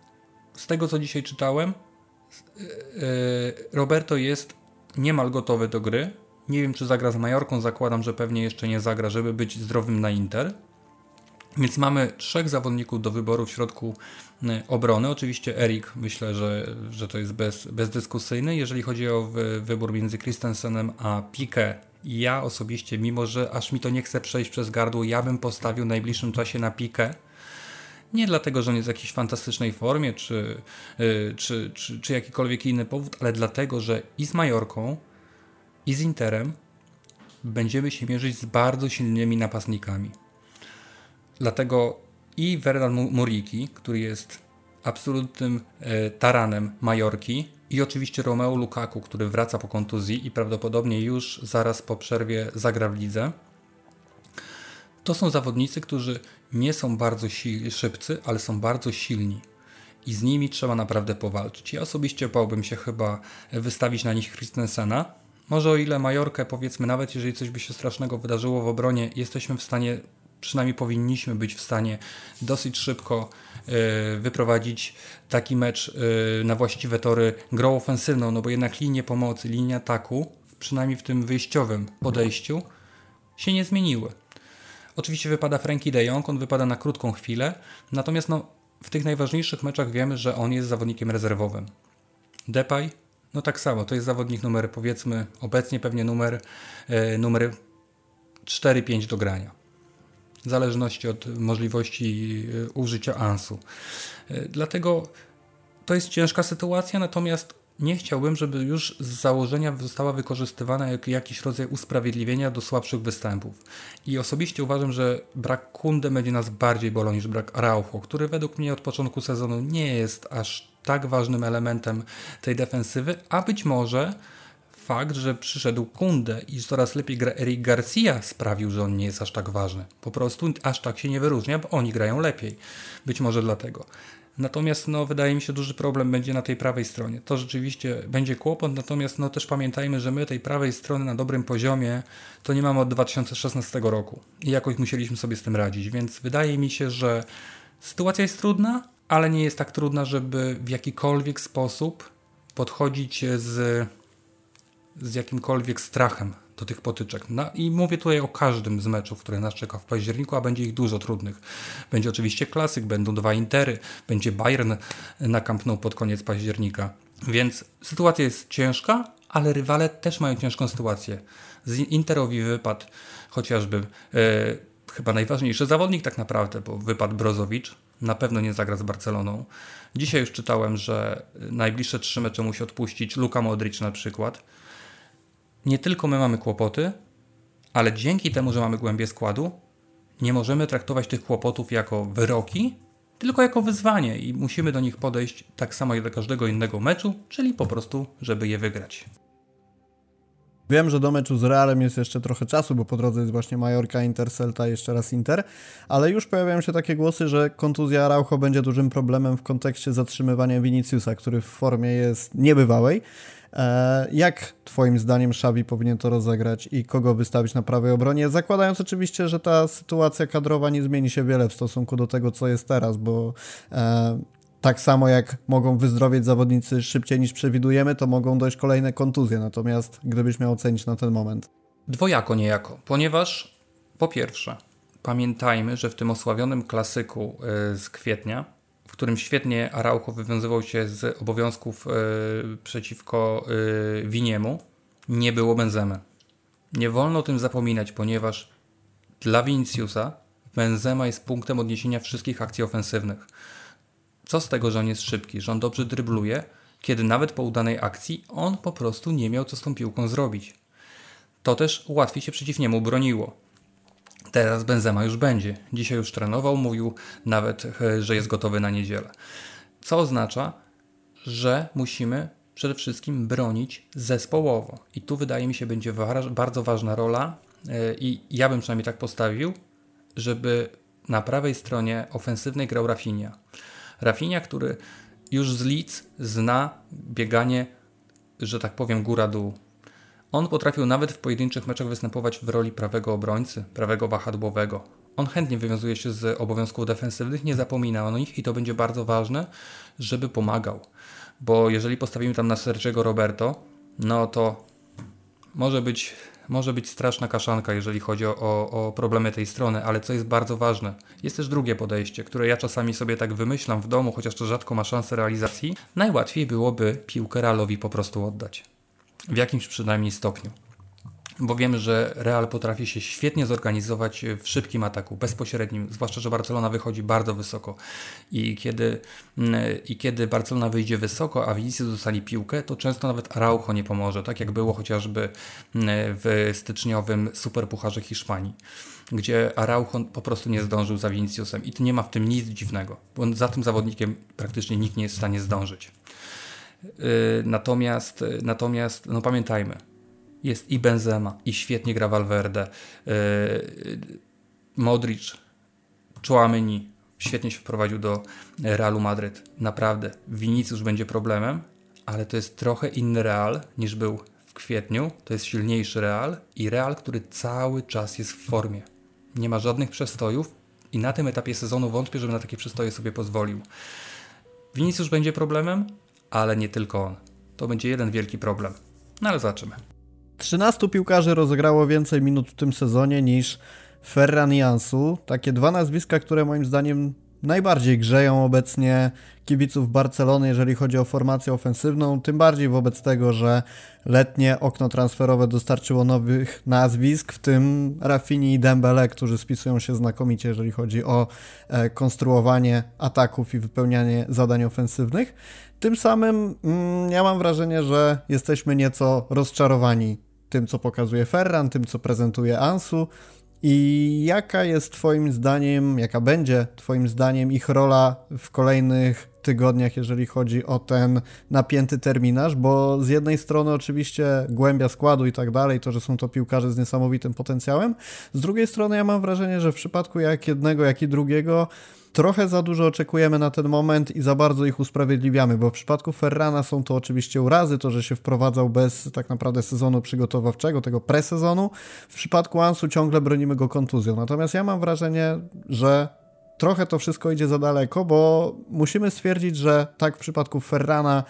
Z tego, co dzisiaj czytałem, Roberto jest niemal gotowy do gry. Nie wiem, czy zagra z Majorką, zakładam, że pewnie jeszcze nie zagra, żeby być zdrowym na Inter. Więc mamy 3 zawodników do wyboru w środku obrony. Oczywiście Erik, myślę, że to jest bezdyskusyjny. Jeżeli chodzi o wybór między Christensenem a Piqué, ja osobiście, mimo że aż mi to nie chce przejść przez gardło, ja bym postawił w najbliższym czasie na Piqué. Nie dlatego, że on jest w jakiejś fantastycznej formie, czy jakikolwiek inny powód, ale dlatego, że i z Majorką, i z Interem będziemy się mierzyć z bardzo silnymi napastnikami. Dlatego i Ferran Muriqi, który jest absolutnym taranem Majorki, i oczywiście Romelu Lukaku, który wraca po kontuzji i prawdopodobnie już zaraz po przerwie zagra w lidze. To są zawodnicy, którzy nie są bardzo szybcy, ale są bardzo silni. I z nimi trzeba naprawdę powalczyć. Ja osobiście bałbym się chyba wystawić na nich Christensena. Może o ile Majorkę, powiedzmy, nawet jeżeli coś by się strasznego wydarzyło w obronie, jesteśmy w stanie, przynajmniej powinniśmy być w stanie dosyć szybko wyprowadzić taki mecz na właściwe tory grą ofensywną, no bo jednak linie pomocy, linie ataku, przynajmniej w tym wyjściowym podejściu, się nie zmieniły. Oczywiście wypada Frenkie de Jong, on wypada na krótką chwilę, natomiast w tych najważniejszych meczach wiemy, że on jest zawodnikiem rezerwowym. Depay, tak samo, to jest zawodnik numer, powiedzmy, obecnie pewnie numer 4-5 do grania. W zależności od możliwości użycia ansu. Dlatego to jest ciężka sytuacja, natomiast nie chciałbym, żeby już z założenia została wykorzystywana jakiś rodzaj usprawiedliwienia do słabszych występów. I osobiście uważam, że brak Kunde będzie nas bardziej bolał niż brak Araujo, który według mnie od początku sezonu nie jest aż tak ważnym elementem tej defensywy, a być może fakt, że przyszedł Kunde i coraz lepiej gra Eric Garcia sprawił, że on nie jest aż tak ważny. Po prostu aż tak się nie wyróżnia, bo oni grają lepiej. Być może dlatego. Natomiast wydaje mi się, duży problem będzie na tej prawej stronie. To rzeczywiście będzie kłopot, natomiast też pamiętajmy, że my tej prawej strony na dobrym poziomie to nie mamy od 2016 roku i jakoś musieliśmy sobie z tym radzić, więc wydaje mi się, że sytuacja jest trudna, ale nie jest tak trudna, żeby w jakikolwiek sposób podchodzić z jakimkolwiek strachem do tych potyczek. I mówię tutaj o każdym z meczów, które nas czeka w październiku, a będzie ich dużo trudnych. Będzie oczywiście klasyk, będą 2 Intery, będzie Bayern na Camp Nou pod koniec października. Więc sytuacja jest ciężka, ale rywale też mają ciężką sytuację. Z Interowi wypadł chociażby chyba najważniejszy zawodnik tak naprawdę, bo wypadł Brozovic, na pewno nie zagra z Barceloną. Dzisiaj już czytałem, że najbliższe 3 mecze musi odpuścić Luka Modric na przykład. Nie tylko my mamy kłopoty, ale dzięki temu, że mamy głębię składu, nie możemy traktować tych kłopotów jako wyroki, tylko jako wyzwanie i musimy do nich podejść tak samo jak do każdego innego meczu, czyli po prostu, żeby je wygrać. Wiem, że do meczu z Realem jest jeszcze trochę czasu, bo po drodze jest właśnie Majorka, Inter, Celta, jeszcze raz Inter, ale już pojawiają się takie głosy, że kontuzja Araujo będzie dużym problemem w kontekście zatrzymywania Viniciusa, który w formie jest niebywałej. Jak twoim zdaniem Xavi powinien to rozegrać i kogo wystawić na prawej obronie? Zakładając oczywiście, że ta sytuacja kadrowa nie zmieni się wiele w stosunku do tego, co jest teraz, bo tak samo jak mogą wyzdrowieć zawodnicy szybciej niż przewidujemy, to mogą dojść kolejne kontuzje. Natomiast gdybyś miał ocenić na ten moment. Dwojako niejako, ponieważ po pierwsze pamiętajmy, że w tym osławionym klasyku z kwietnia, w którym świetnie Araujo wywiązywał się z obowiązków przeciwko Winiemu, nie było Benzemy. Nie wolno o tym zapominać, ponieważ dla Viniciusa Benzema jest punktem odniesienia wszystkich akcji ofensywnych. Co z tego, że on jest szybki, że on dobrze drybluje, kiedy nawet po udanej akcji on po prostu nie miał co z tą piłką zrobić. To też łatwiej się przeciw niemu broniło. Teraz Benzema już będzie. Dzisiaj już trenował, mówił nawet, że jest gotowy na niedzielę. Co oznacza, że musimy przede wszystkim bronić zespołowo. I tu wydaje mi się będzie bardzo ważna rola i ja bym przynajmniej tak postawił, żeby na prawej stronie ofensywnej grał Rafinha. Rafinha, który już z Leeds zna bieganie, że tak powiem, góra-dół. On potrafił nawet w pojedynczych meczach występować w roli prawego obrońcy, prawego wahadłowego. On chętnie wywiązuje się z obowiązków defensywnych, nie zapomina o nich i to będzie bardzo ważne, żeby pomagał. Bo jeżeli postawimy tam na Sergiego Roberto, no to może być straszna kaszanka, jeżeli chodzi o problemy tej strony, ale co jest bardzo ważne, jest też drugie podejście, które ja czasami sobie tak wymyślam w domu, chociaż to rzadko ma szansę realizacji. Najłatwiej byłoby piłkę Realowi po prostu oddać. W jakimś przynajmniej stopniu. bo wiemy, że Real potrafi się świetnie zorganizować w szybkim ataku, bezpośrednim, zwłaszcza, że Barcelona wychodzi bardzo wysoko i kiedy Barcelona wyjdzie wysoko, a Vinicius dostanie piłkę, to często nawet Araujo nie pomoże, tak jak było chociażby w styczniowym Superpucharze Hiszpanii, gdzie Araujo po prostu nie zdążył za Viniciusem i to nie ma w tym nic dziwnego, bo za tym zawodnikiem praktycznie nikt nie jest w stanie zdążyć. Natomiast no pamiętajmy, jest i Benzema, i świetnie gra Valverde, Modric, Tchouaméni świetnie się wprowadził do Realu Madryt. Naprawdę, Vinicius będzie problemem, ale to jest trochę inny Real niż był w kwietniu. To jest silniejszy Real i Real, który cały czas jest w formie. Nie ma żadnych przestojów i na tym etapie sezonu wątpię, żeby na takie przestoje sobie pozwolił. Vinicius będzie problemem, ale nie tylko on. To będzie jeden wielki problem. No ale zobaczymy. 13 piłkarzy rozegrało więcej minut w tym sezonie niż Ferran i Ansu. Takie dwa nazwiska, które moim zdaniem najbardziej grzeją obecnie kibiców Barcelony, jeżeli chodzi o formację ofensywną, tym bardziej wobec tego, że letnie okno transferowe dostarczyło nowych nazwisk, w tym Rafinhi i Dembele, którzy spisują się znakomicie, jeżeli chodzi o konstruowanie ataków i wypełnianie zadań ofensywnych. Tym samym ja mam wrażenie, że jesteśmy nieco rozczarowani tym, co pokazuje Ferran, tym, co prezentuje Ansu. I jaka jest twoim zdaniem, jaka będzie twoim zdaniem ich rola w kolejnych tygodniach, jeżeli chodzi o ten napięty terminarz, bo z jednej strony oczywiście głębia składu i tak dalej, to, że są to piłkarze z niesamowitym potencjałem, z drugiej strony ja mam wrażenie, że w przypadku jak jednego, jak i drugiego trochę za dużo oczekujemy na ten moment i za bardzo ich usprawiedliwiamy, bo w przypadku Ferrana są to oczywiście urazy, to, że się wprowadzał bez tak naprawdę sezonu przygotowawczego, tego presezonu. W przypadku Ansu ciągle bronimy go kontuzją. Natomiast ja mam wrażenie, że trochę to wszystko idzie za daleko, bo musimy stwierdzić, że tak w przypadku Ferrana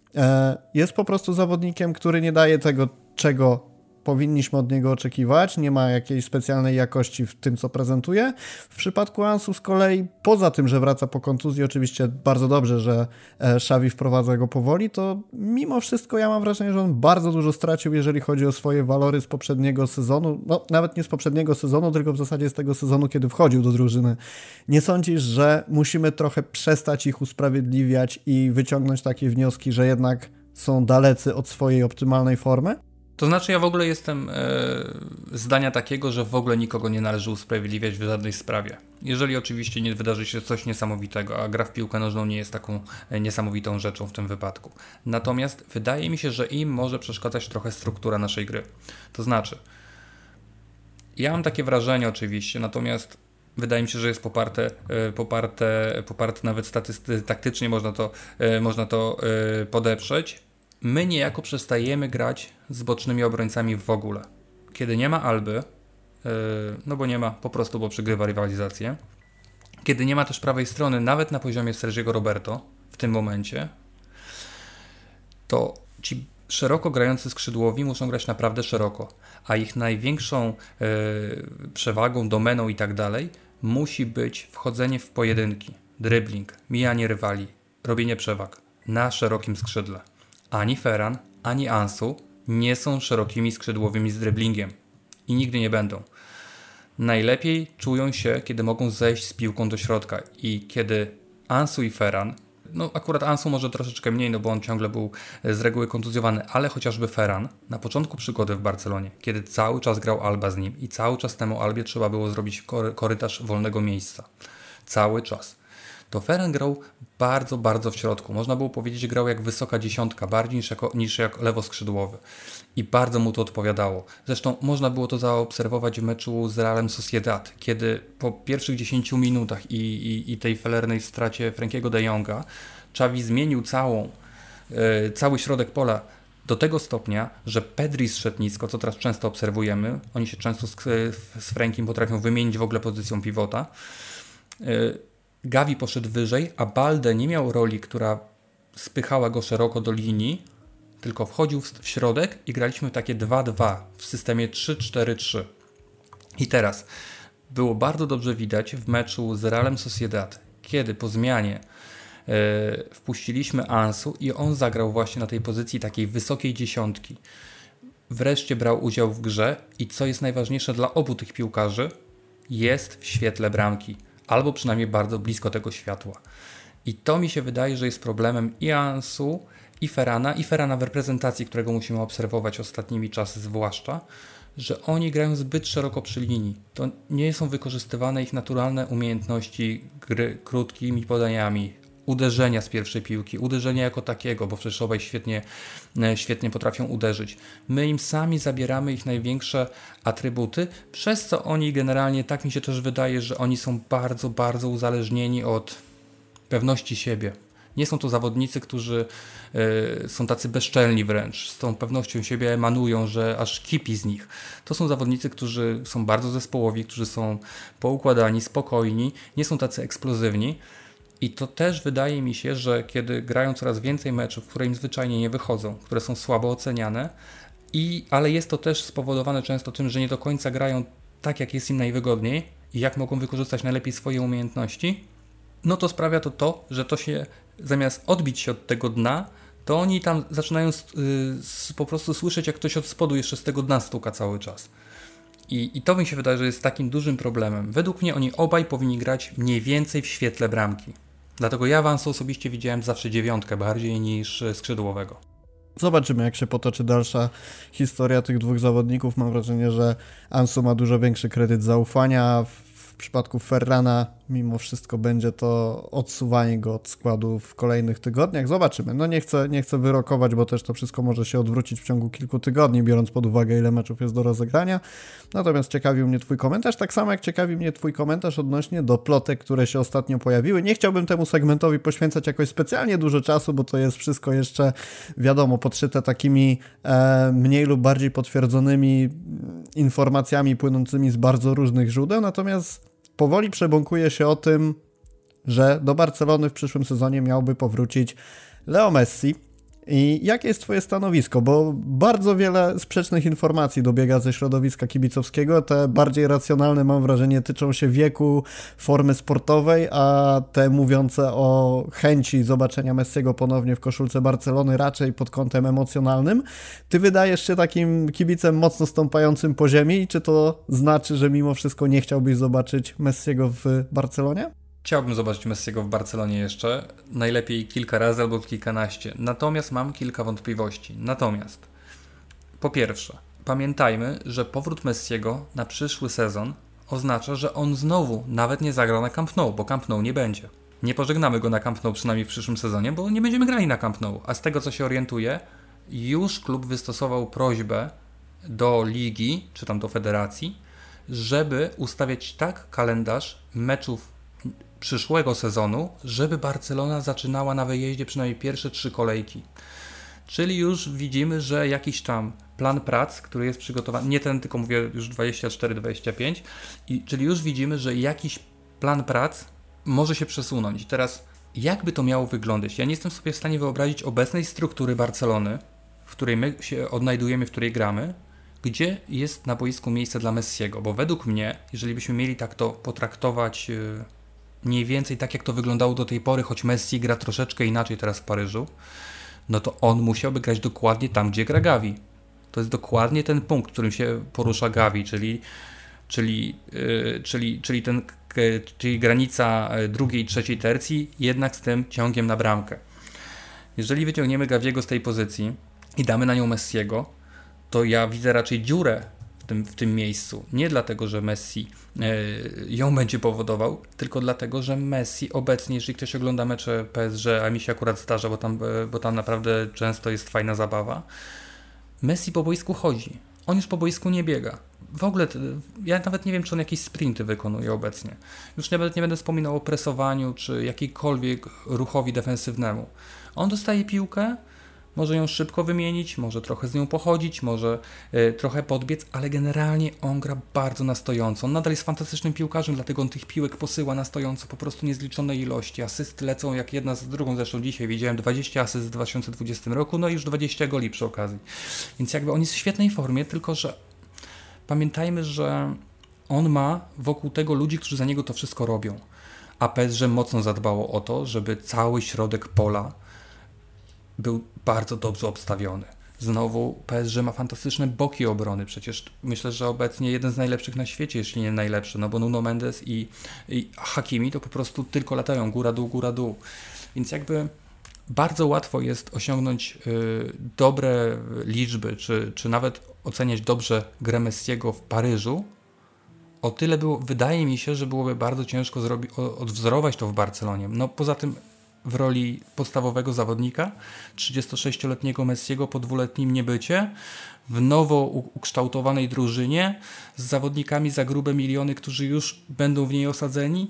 jest po prostu zawodnikiem, który nie daje tego, czego powinniśmy od niego oczekiwać, nie ma jakiejś specjalnej jakości w tym, co prezentuje. W przypadku Ansu z kolei, poza tym, że wraca po kontuzji, oczywiście bardzo dobrze, że Xavi wprowadza go powoli, to mimo wszystko ja mam wrażenie, że on bardzo dużo stracił, jeżeli chodzi o swoje walory z poprzedniego sezonu, no nawet nie z poprzedniego sezonu, tylko w zasadzie z tego sezonu, kiedy wchodził do drużyny. Nie sądzisz, że musimy trochę przestać ich usprawiedliwiać i wyciągnąć takie wnioski, że jednak są dalecy od swojej optymalnej formy? To znaczy ja w ogóle jestem zdania takiego, że w ogóle nikogo nie należy usprawiedliwiać w żadnej sprawie. Jeżeli oczywiście nie wydarzy się coś niesamowitego, a gra w piłkę nożną nie jest taką niesamowitą rzeczą w tym wypadku. Natomiast wydaje mi się, że im może przeszkadzać trochę struktura naszej gry. To znaczy, ja mam takie wrażenie oczywiście, natomiast wydaje mi się, że jest poparte nawet taktycznie można to podeprzeć. My niejako przestajemy grać z bocznymi obrońcami w ogóle. Kiedy nie ma Alby, no bo nie ma, po prostu, bo przegrywa rywalizację. Kiedy nie ma też prawej strony, nawet na poziomie Sergiego Roberto w tym momencie, to ci szeroko grający skrzydłowi muszą grać naprawdę szeroko, a ich największą przewagą, domeną i tak dalej musi być wchodzenie w pojedynki, dribbling, mijanie rywali, robienie przewag na szerokim skrzydle. Ani Ferran, ani Ansu nie są szerokimi skrzydłowymi z dribblingiem i nigdy nie będą. Najlepiej czują się, kiedy mogą zejść z piłką do środka i kiedy Ansu i Ferran, no akurat Ansu może troszeczkę mniej, no bo on ciągle był z reguły kontuzjowany, ale chociażby Ferran na początku przygody w Barcelonie, kiedy cały czas grał Alba z nim i cały czas temu Albie trzeba było zrobić korytarz wolnego miejsca. Cały czas. To Ferran grał bardzo, bardzo w środku. Można było powiedzieć, że grał jak wysoka dziesiątka, bardziej niż jak lewoskrzydłowy. I bardzo mu to odpowiadało. Zresztą można było to zaobserwować w meczu z Realem Sociedad, kiedy po pierwszych 10 minutach i tej felernej stracie Frankiego de Jonga Xavi zmienił cały środek pola do tego stopnia, że Pedri zszedł nisko, co teraz często obserwujemy. Oni się często z Frankiem potrafią wymienić w ogóle pozycją pivota. Gavi poszedł wyżej, a Balde nie miał roli, która spychała go szeroko do linii, tylko wchodził w środek i graliśmy takie 2-2 w systemie 3-4-3. I teraz było bardzo dobrze widać w meczu z Realem Sociedad, kiedy po zmianie wpuściliśmy Ansu i on zagrał właśnie na tej pozycji takiej wysokiej dziesiątki. wreszcie brał udział w grze i co jest najważniejsze dla obu tych piłkarzy, jest w świetle bramki, albo przynajmniej bardzo blisko tego światła. I to mi się wydaje, że jest problemem i Ansu, i Ferrana w reprezentacji, którego musimy obserwować ostatnimi czasy zwłaszcza, że oni grają zbyt szeroko przy linii. To nie są wykorzystywane ich naturalne umiejętności gry krótkimi podaniami, uderzenia z pierwszej piłki, uderzenia jako takiego, bo przecież obaj świetnie potrafią uderzyć. My im sami zabieramy ich największe atrybuty, przez co oni generalnie, tak mi się też wydaje, że oni są bardzo, bardzo uzależnieni od pewności siebie. Nie są to zawodnicy, którzy są tacy bezczelni wręcz, z tą pewnością siebie emanują, że aż kipi z nich. To są zawodnicy, którzy są bardzo zespołowi, którzy są poukładani, spokojni, nie są tacy eksplozywni. I to też wydaje mi się, że kiedy grają coraz więcej meczów, które im zwyczajnie nie wychodzą, które są słabo oceniane, ale jest to też spowodowane często tym, że nie do końca grają tak, jak jest im najwygodniej i jak mogą wykorzystać najlepiej swoje umiejętności, no to sprawia to, że to się zamiast odbić się od tego dna, to oni tam zaczynają po prostu słyszeć, jak ktoś od spodu jeszcze z tego dna stuka cały czas. I to mi się wydaje, że jest takim dużym problemem. Według mnie oni obaj powinni grać mniej więcej w świetle bramki. Dlatego ja Ansu osobiście widziałem zawsze 9 bardziej niż skrzydłowego. Zobaczymy, jak się potoczy dalsza historia tych dwóch zawodników. Mam wrażenie, że Ansu ma dużo większy kredyt zaufania. W przypadku Ferrana mimo wszystko będzie to odsuwanie go od składu w kolejnych tygodniach. Zobaczymy. No nie chcę wyrokować, bo też to wszystko może się odwrócić w ciągu kilku tygodni, biorąc pod uwagę, ile meczów jest do rozegrania. Natomiast ciekawił mnie Twój komentarz, tak samo jak ciekawi mnie Twój komentarz odnośnie do plotek, które się ostatnio pojawiły. Nie chciałbym temu segmentowi poświęcać jakoś specjalnie dużo czasu, bo to jest wszystko jeszcze, wiadomo, podszyte takimi mniej lub bardziej potwierdzonymi informacjami płynącymi z bardzo różnych źródeł. Natomiast powoli przebąkuje się o tym, że do Barcelony w przyszłym sezonie miałby powrócić Leo Messi. I jakie jest Twoje stanowisko? Bo bardzo wiele sprzecznych informacji dobiega ze środowiska kibicowskiego. Te bardziej racjonalne, mam wrażenie, tyczą się wieku, formy sportowej, a te mówiące o chęci zobaczenia Messiego ponownie w koszulce Barcelony raczej pod kątem emocjonalnym. Ty wydajesz się takim kibicem mocno stąpającym po ziemi. Czy to znaczy, że mimo wszystko nie chciałbyś zobaczyć Messiego w Barcelonie? Chciałbym zobaczyć Messiego w Barcelonie jeszcze, najlepiej kilka razy albo kilkanaście. Natomiast mam kilka wątpliwości. Natomiast po pierwsze, pamiętajmy, że powrót Messiego na przyszły sezon oznacza, że on znowu nawet nie zagra na Camp Nou, bo Camp Nou nie będzie. Nie pożegnamy go na Camp Nou przynajmniej w przyszłym sezonie, bo nie będziemy grali na Camp Nou. A z tego, co się orientuję, już klub wystosował prośbę do ligi, czy tam do federacji, żeby ustawiać tak kalendarz meczów przyszłego sezonu, żeby Barcelona zaczynała na wyjeździe przynajmniej pierwsze 3 kolejki. Czyli już widzimy, że jakiś tam plan prac, który jest przygotowany, nie ten, tylko mówię już 24-25, czyli już widzimy, że jakiś plan prac może się przesunąć. Teraz jak by to miało wyglądać? Ja nie jestem sobie w stanie wyobrazić obecnej struktury Barcelony, w której my się odnajdujemy, w której gramy, gdzie jest na boisku miejsce dla Messiego, bo według mnie, jeżeli byśmy mieli tak to potraktować mniej więcej tak, jak to wyglądało do tej pory, choć Messi gra troszeczkę inaczej teraz w Paryżu, no to on musiałby grać dokładnie tam, gdzie gra Gavi. To jest dokładnie ten punkt, w którym się porusza Gavi, czyli granica drugiej i trzeciej tercji, jednak z tym ciągiem na bramkę. Jeżeli wyciągniemy Gaviego z tej pozycji i damy na nią Messiego, to ja widzę raczej dziurę w tym miejscu. Nie dlatego, że Messi ją będzie powodował, tylko dlatego, że Messi obecnie, jeżeli ktoś ogląda mecze PSG, a mi się akurat zdarza, bo tam naprawdę często jest fajna zabawa, Messi po boisku chodzi. On już po boisku nie biega. W ogóle, ja nawet nie wiem, czy on jakieś sprinty wykonuje obecnie. Już nawet nie będę wspominał o presowaniu, czy jakiejkolwiek ruchowi defensywnemu. On dostaje piłkę, może ją szybko wymienić, może trochę z nią pochodzić, może trochę podbiec, ale generalnie on gra bardzo na stojąco. On nadal jest fantastycznym piłkarzem, dlatego on tych piłek posyła na stojąco po prostu niezliczone ilości. Asysty lecą jak jedna z drugą, zresztą dzisiaj widziałem 20 asyst w 2020 roku, no i już 20 goli przy okazji. Więc jakby on jest w świetnej formie, tylko że pamiętajmy, że on ma wokół tego ludzi, którzy za niego to wszystko robią. A PSG mocno zadbało o to, żeby cały środek pola był bardzo dobrze obstawiony. Znowu PSG ma fantastyczne boki obrony. Przecież myślę, że obecnie jeden z najlepszych na świecie, jeśli nie najlepszy, no bo Nuno Mendes i Hakimi to po prostu tylko latają góra, dół. Więc jakby bardzo łatwo jest osiągnąć dobre liczby, czy nawet oceniać dobrze grę Messiego w Paryżu. O tyle wydaje mi się, że byłoby bardzo ciężko odwzorować to w Barcelonie. No poza tym w roli podstawowego zawodnika, 36-letniego Messiego po 2-letnim niebycie, w nowo ukształtowanej drużynie, z zawodnikami za grube miliony, którzy już będą w niej osadzeni.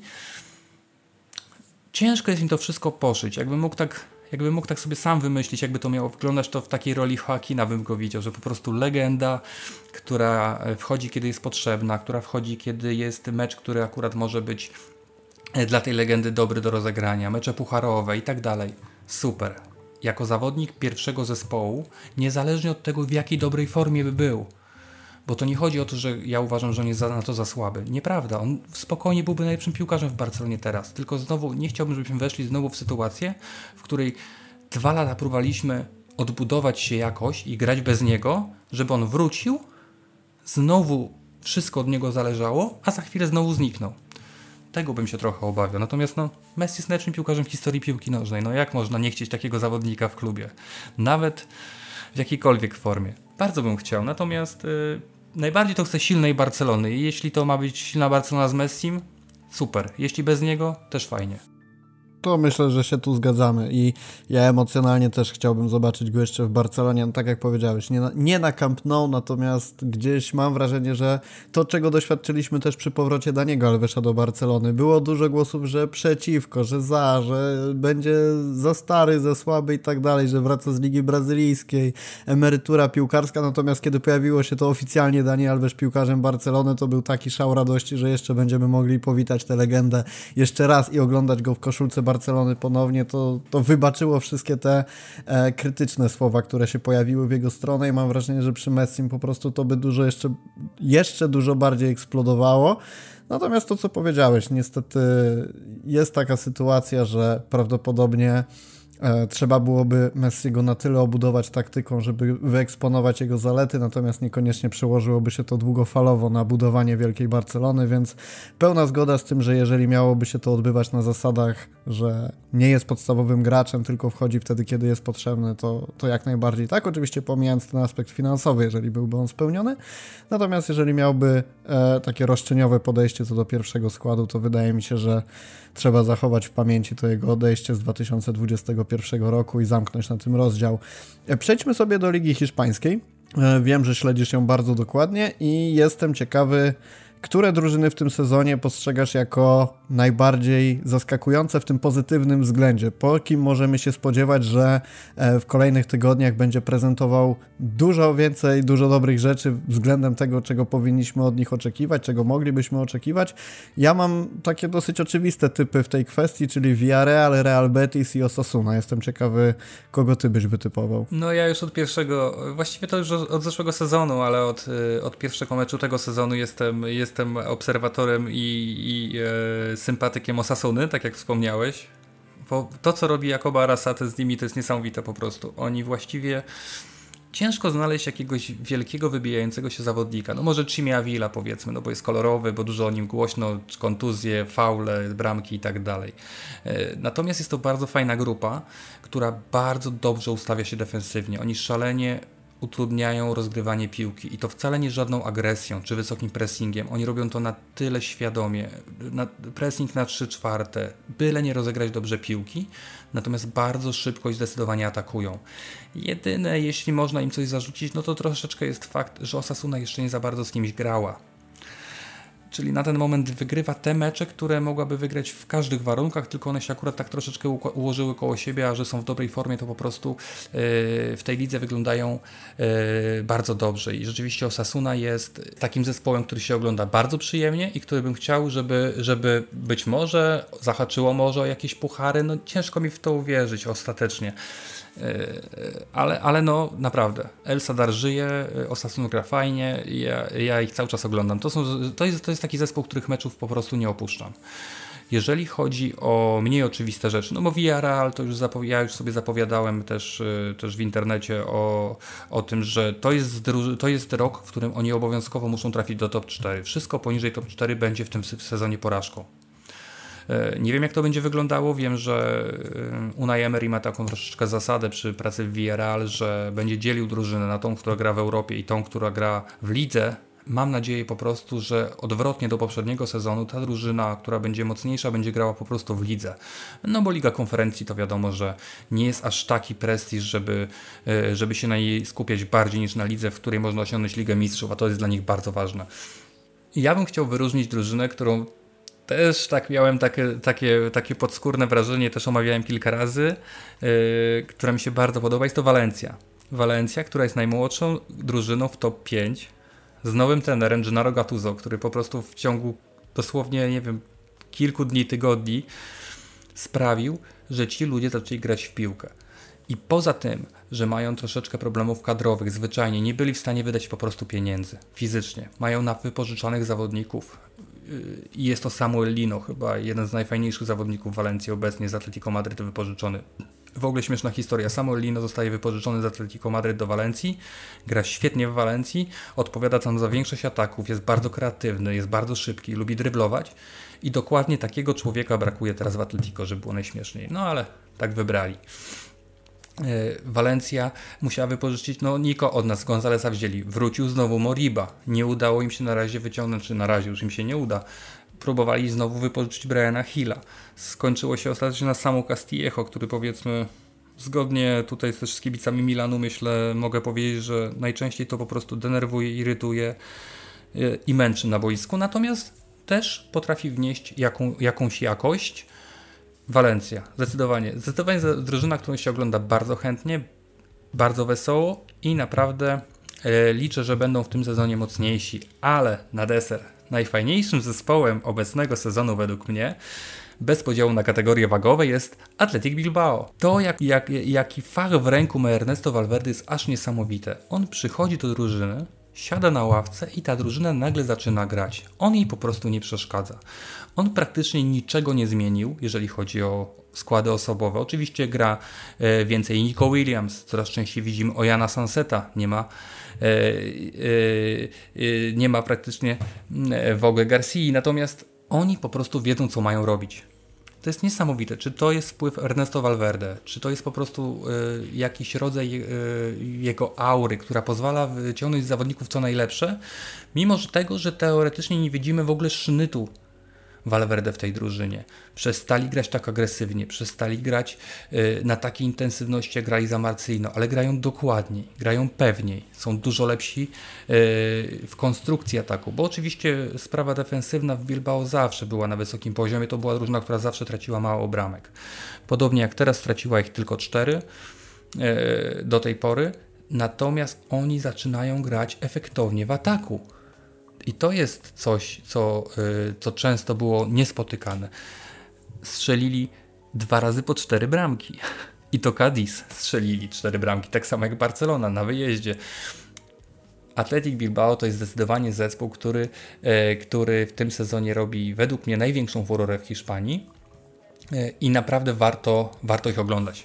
Ciężko jest mi to wszystko poszyć. Jakbym mógł tak sobie sam wymyślić, jakby to miało wyglądać, to w takiej roli Joaquina bym go widział, że po prostu legenda, która wchodzi, kiedy jest potrzebna, która wchodzi, kiedy jest mecz, który akurat może być dla tej legendy dobry do rozegrania, mecze pucharowe i tak dalej. Super. Jako zawodnik pierwszego zespołu, niezależnie od tego, w jakiej dobrej formie by był, bo to nie chodzi o to, że ja uważam, że on jest na to za słaby. Nieprawda, on spokojnie byłby najlepszym piłkarzem w Barcelonie teraz, tylko znowu nie chciałbym, żebyśmy weszli znowu w sytuację, w której 2 lata próbowaliśmy odbudować się jakoś i grać bez niego, żeby on wrócił, znowu wszystko od niego zależało, a za chwilę znowu zniknął. Tego bym się trochę obawiał. Natomiast Messi jest najlepszym piłkarzem w historii piłki nożnej. Jak można nie chcieć takiego zawodnika w klubie? Nawet w jakiejkolwiek formie. Bardzo bym chciał. Natomiast najbardziej to chcę silnej Barcelony. I jeśli to ma być silna Barcelona z Messim, super. Jeśli bez niego, też fajnie. To myślę, że się tu zgadzamy i ja emocjonalnie też chciałbym zobaczyć go jeszcze w Barcelonie, no tak jak powiedziałeś, nie na Camp Nou, natomiast gdzieś mam wrażenie, że to, czego doświadczyliśmy też przy powrocie Daniego Alvesa do Barcelony, było dużo głosów, że przeciwko, że że będzie za stary, za słaby i tak dalej, że wraca z Ligi Brazylijskiej, emerytura piłkarska, natomiast kiedy pojawiło się to oficjalnie Dani Alves piłkarzem Barcelony, to był taki szał radości, że jeszcze będziemy mogli powitać tę legendę jeszcze raz i oglądać go w koszulce Barcelony ponownie, to wybaczyło wszystkie te krytyczne słowa, które się pojawiły w jego stronę i mam wrażenie, że przy Messim po prostu to by dużo jeszcze dużo bardziej eksplodowało. Natomiast to, co powiedziałeś, niestety jest taka sytuacja, że prawdopodobnie trzeba byłoby Messiego na tyle obudować taktyką, żeby wyeksponować jego zalety, natomiast niekoniecznie przełożyłoby się to długofalowo na budowanie wielkiej Barcelony, więc pełna zgoda z tym, że jeżeli miałoby się to odbywać na zasadach, że nie jest podstawowym graczem, tylko wchodzi wtedy, kiedy jest potrzebny, to jak najbardziej tak, oczywiście pomijając ten aspekt finansowy, jeżeli byłby on spełniony, natomiast jeżeli miałby takie roszczeniowe podejście co do pierwszego składu, to wydaje mi się, że trzeba zachować w pamięci to jego odejście z 2021 roku i zamknąć na tym rozdział. Przejdźmy sobie do Ligi Hiszpańskiej. Wiem, że śledzisz ją bardzo dokładnie i jestem ciekawy, które drużyny w tym sezonie postrzegasz jako najbardziej zaskakujące w tym pozytywnym względzie? Po kim możemy się spodziewać, że w kolejnych tygodniach będzie prezentował dużo więcej, dużo dobrych rzeczy względem tego, czego powinniśmy od nich oczekiwać, czego moglibyśmy oczekiwać? Ja mam takie dosyć oczywiste typy w tej kwestii, czyli Villarreal, Real Betis i Osasuna. Jestem ciekawy, kogo ty byś wytypował. No ja już od pierwszego, właściwie to już od zeszłego sezonu, ale od pierwszego meczu tego sezonu jestem obserwatorem i sympatykiem Osasuny, tak jak wspomniałeś. Bo to, co robi Jacobo Arrasate z nimi, to jest niesamowite po prostu. Oni właściwie ciężko znaleźć jakiegoś wielkiego, wybijającego się zawodnika. No może Chimi Avila powiedzmy, no bo jest kolorowy, bo dużo o nim głośno, kontuzje, faule, bramki i tak dalej. Natomiast jest to bardzo fajna grupa, która bardzo dobrze ustawia się defensywnie. Oni szalenie utrudniają rozgrywanie piłki i to wcale nie żadną agresją czy wysokim pressingiem. Oni robią to na tyle świadomie, pressing na 3/4, byle nie rozegrać dobrze piłki, natomiast bardzo szybko i zdecydowanie atakują. Jedyne, jeśli można im coś zarzucić, no to troszeczkę jest fakt, że Osasuna jeszcze nie za bardzo z kimś grała. Czyli na ten moment wygrywa te mecze, które mogłaby wygrać w każdych warunkach, tylko one się akurat tak troszeczkę ułożyły koło siebie, a że są w dobrej formie, to po prostu w tej lidze wyglądają bardzo dobrze. I rzeczywiście Osasuna jest takim zespołem, który się ogląda bardzo przyjemnie i który bym chciał, żeby być może zahaczyło może o jakieś puchary. No ciężko mi w to uwierzyć ostatecznie. Ale no naprawdę El Sadar żyje, Osasuna gra fajnie, ja ich cały czas oglądam. To jest taki zespół, których meczów po prostu nie opuszczam. Jeżeli chodzi o mniej oczywiste rzeczy, no bo Villarreal to już ja już sobie zapowiadałem też w internecie o tym, że to jest rok, w którym oni obowiązkowo muszą trafić do top 4. Wszystko poniżej top 4 będzie w tym sezonie porażką. Nie wiem, jak to będzie wyglądało. Wiem, że Unai Emery ma taką troszeczkę zasadę przy pracy w Villarreal, że będzie dzielił drużynę na tą, która gra w Europie i tą, która gra w lidze. Mam nadzieję po prostu, że odwrotnie do poprzedniego sezonu ta drużyna, która będzie mocniejsza, będzie grała po prostu w lidze. No bo Liga Konferencji to wiadomo, że nie jest aż taki prestiż, żeby się na niej skupiać bardziej niż na lidze, w której można osiągnąć Ligę Mistrzów, a to jest dla nich bardzo ważne. I ja bym chciał wyróżnić drużynę, którą też tak miałem takie podskórne wrażenie, też omawiałem kilka razy, która mi się bardzo podoba, jest to Valencia. Valencia, która jest najmłodszą drużyną w top 5, z nowym trenerem Gennaro Gattuso, który po prostu w ciągu dosłownie, nie wiem, kilku dni, tygodni sprawił, że ci ludzie zaczęli grać w piłkę. I poza tym, że mają troszeczkę problemów kadrowych, zwyczajnie nie byli w stanie wydać po prostu pieniędzy fizycznie. Mają na wypożyczanych zawodników. I jest to Samuel Lino, chyba jeden z najfajniejszych zawodników Walencji obecnie, z Atletico Madryt wypożyczony. W ogóle śmieszna historia. Samuel Lino zostaje wypożyczony z Atletico Madryt do Walencji, gra świetnie w Walencji, odpowiada tam za większość ataków, jest bardzo kreatywny, jest bardzo szybki, lubi dryblować i dokładnie takiego człowieka brakuje teraz w Atletico, żeby było najśmieszniej. No ale tak wybrali. Walencja musiała wypożyczyć, Nico od nas, Gonzalesa wzięli, wrócił znowu Moriba, nie udało im się na razie wyciągnąć, czy na razie już im się nie uda, próbowali znowu wypożyczyć Briana Hilla, skończyło się ostatecznie na Samu Castillejo, który powiedzmy zgodnie tutaj też z kibicami Milanu myślę, mogę powiedzieć, że najczęściej to po prostu denerwuje, irytuje i męczy na boisku, natomiast też potrafi wnieść jakąś jakość. Walencja, zdecydowanie drużyna, którą się ogląda bardzo chętnie, bardzo wesoło i naprawdę liczę, że będą w tym sezonie mocniejsi, ale na deser najfajniejszym zespołem obecnego sezonu według mnie, bez podziału na kategorie wagowe, jest Athletic Bilbao. To jaki fach w ręku ma Ernesto Valverde jest aż niesamowite. On przychodzi do drużyny, siada na ławce i ta drużyna nagle zaczyna grać. On jej po prostu nie przeszkadza. On praktycznie niczego nie zmienił, jeżeli chodzi o składy osobowe. Oczywiście gra więcej Nico Williams, coraz częściej widzimy Ojana Sanseta, nie ma praktycznie Woge Garcii, natomiast oni po prostu wiedzą, co mają robić. To jest niesamowite. Czy to jest wpływ Ernesto Valverde, czy to jest po prostu jakiś rodzaj jego aury, która pozwala wyciągnąć z zawodników co najlepsze, mimo tego, że teoretycznie nie widzimy w ogóle sznytu Valverde w tej drużynie. Przestali grać tak agresywnie, przestali grać na takiej intensywności, jak grali za Marcelino, ale grają dokładniej, grają pewniej, są dużo lepsi w konstrukcji ataku, bo oczywiście sprawa defensywna w Bilbao zawsze była na wysokim poziomie, to była drużyna, która zawsze traciła mało bramek. Podobnie jak teraz straciła ich tylko 4 do tej pory, natomiast oni zaczynają grać efektownie w ataku. I to jest coś, co często było niespotykane. Strzelili 2 razy po 4 bramki. I to Cadiz strzelili 4 bramki, tak samo jak Barcelona na wyjeździe. Athletic Bilbao to jest zdecydowanie zespół, który w tym sezonie robi według mnie największą furorę w Hiszpanii i naprawdę warto ich oglądać.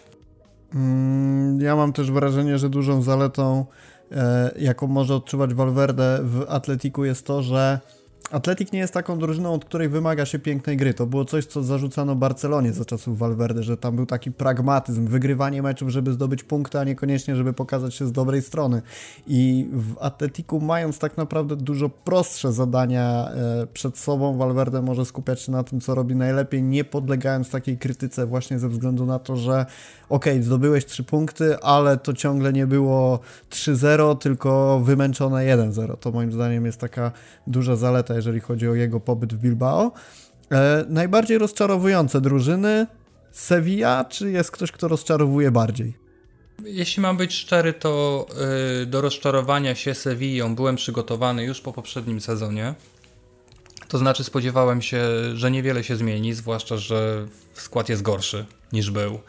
Ja mam też wrażenie, że dużą zaletą, jaką może odczuwać Valverde w Atletiku, jest to, że Atletik nie jest taką drużyną, od której wymaga się pięknej gry. To było coś, co zarzucano Barcelonie za czasów Valverde, że tam był taki pragmatyzm, wygrywanie meczów, żeby zdobyć punkty, a niekoniecznie, żeby pokazać się z dobrej strony. I w Atletiku, mając tak naprawdę dużo prostsze zadania przed sobą, Valverde może skupiać się na tym, co robi najlepiej, nie podlegając takiej krytyce właśnie ze względu na to, że zdobyłeś 3 punkty, ale to ciągle nie było 3-0, tylko wymęczone 1-0. To moim zdaniem jest taka duża zaleta, jeżeli chodzi o jego pobyt w Bilbao. Najbardziej rozczarowujące drużyny Sevilla, czy jest ktoś, kto rozczarowuje bardziej? Jeśli mam być szczery, to do rozczarowania się Sevillą byłem przygotowany już po poprzednim sezonie. To znaczy spodziewałem się, że niewiele się zmieni, zwłaszcza, że skład jest gorszy niż był.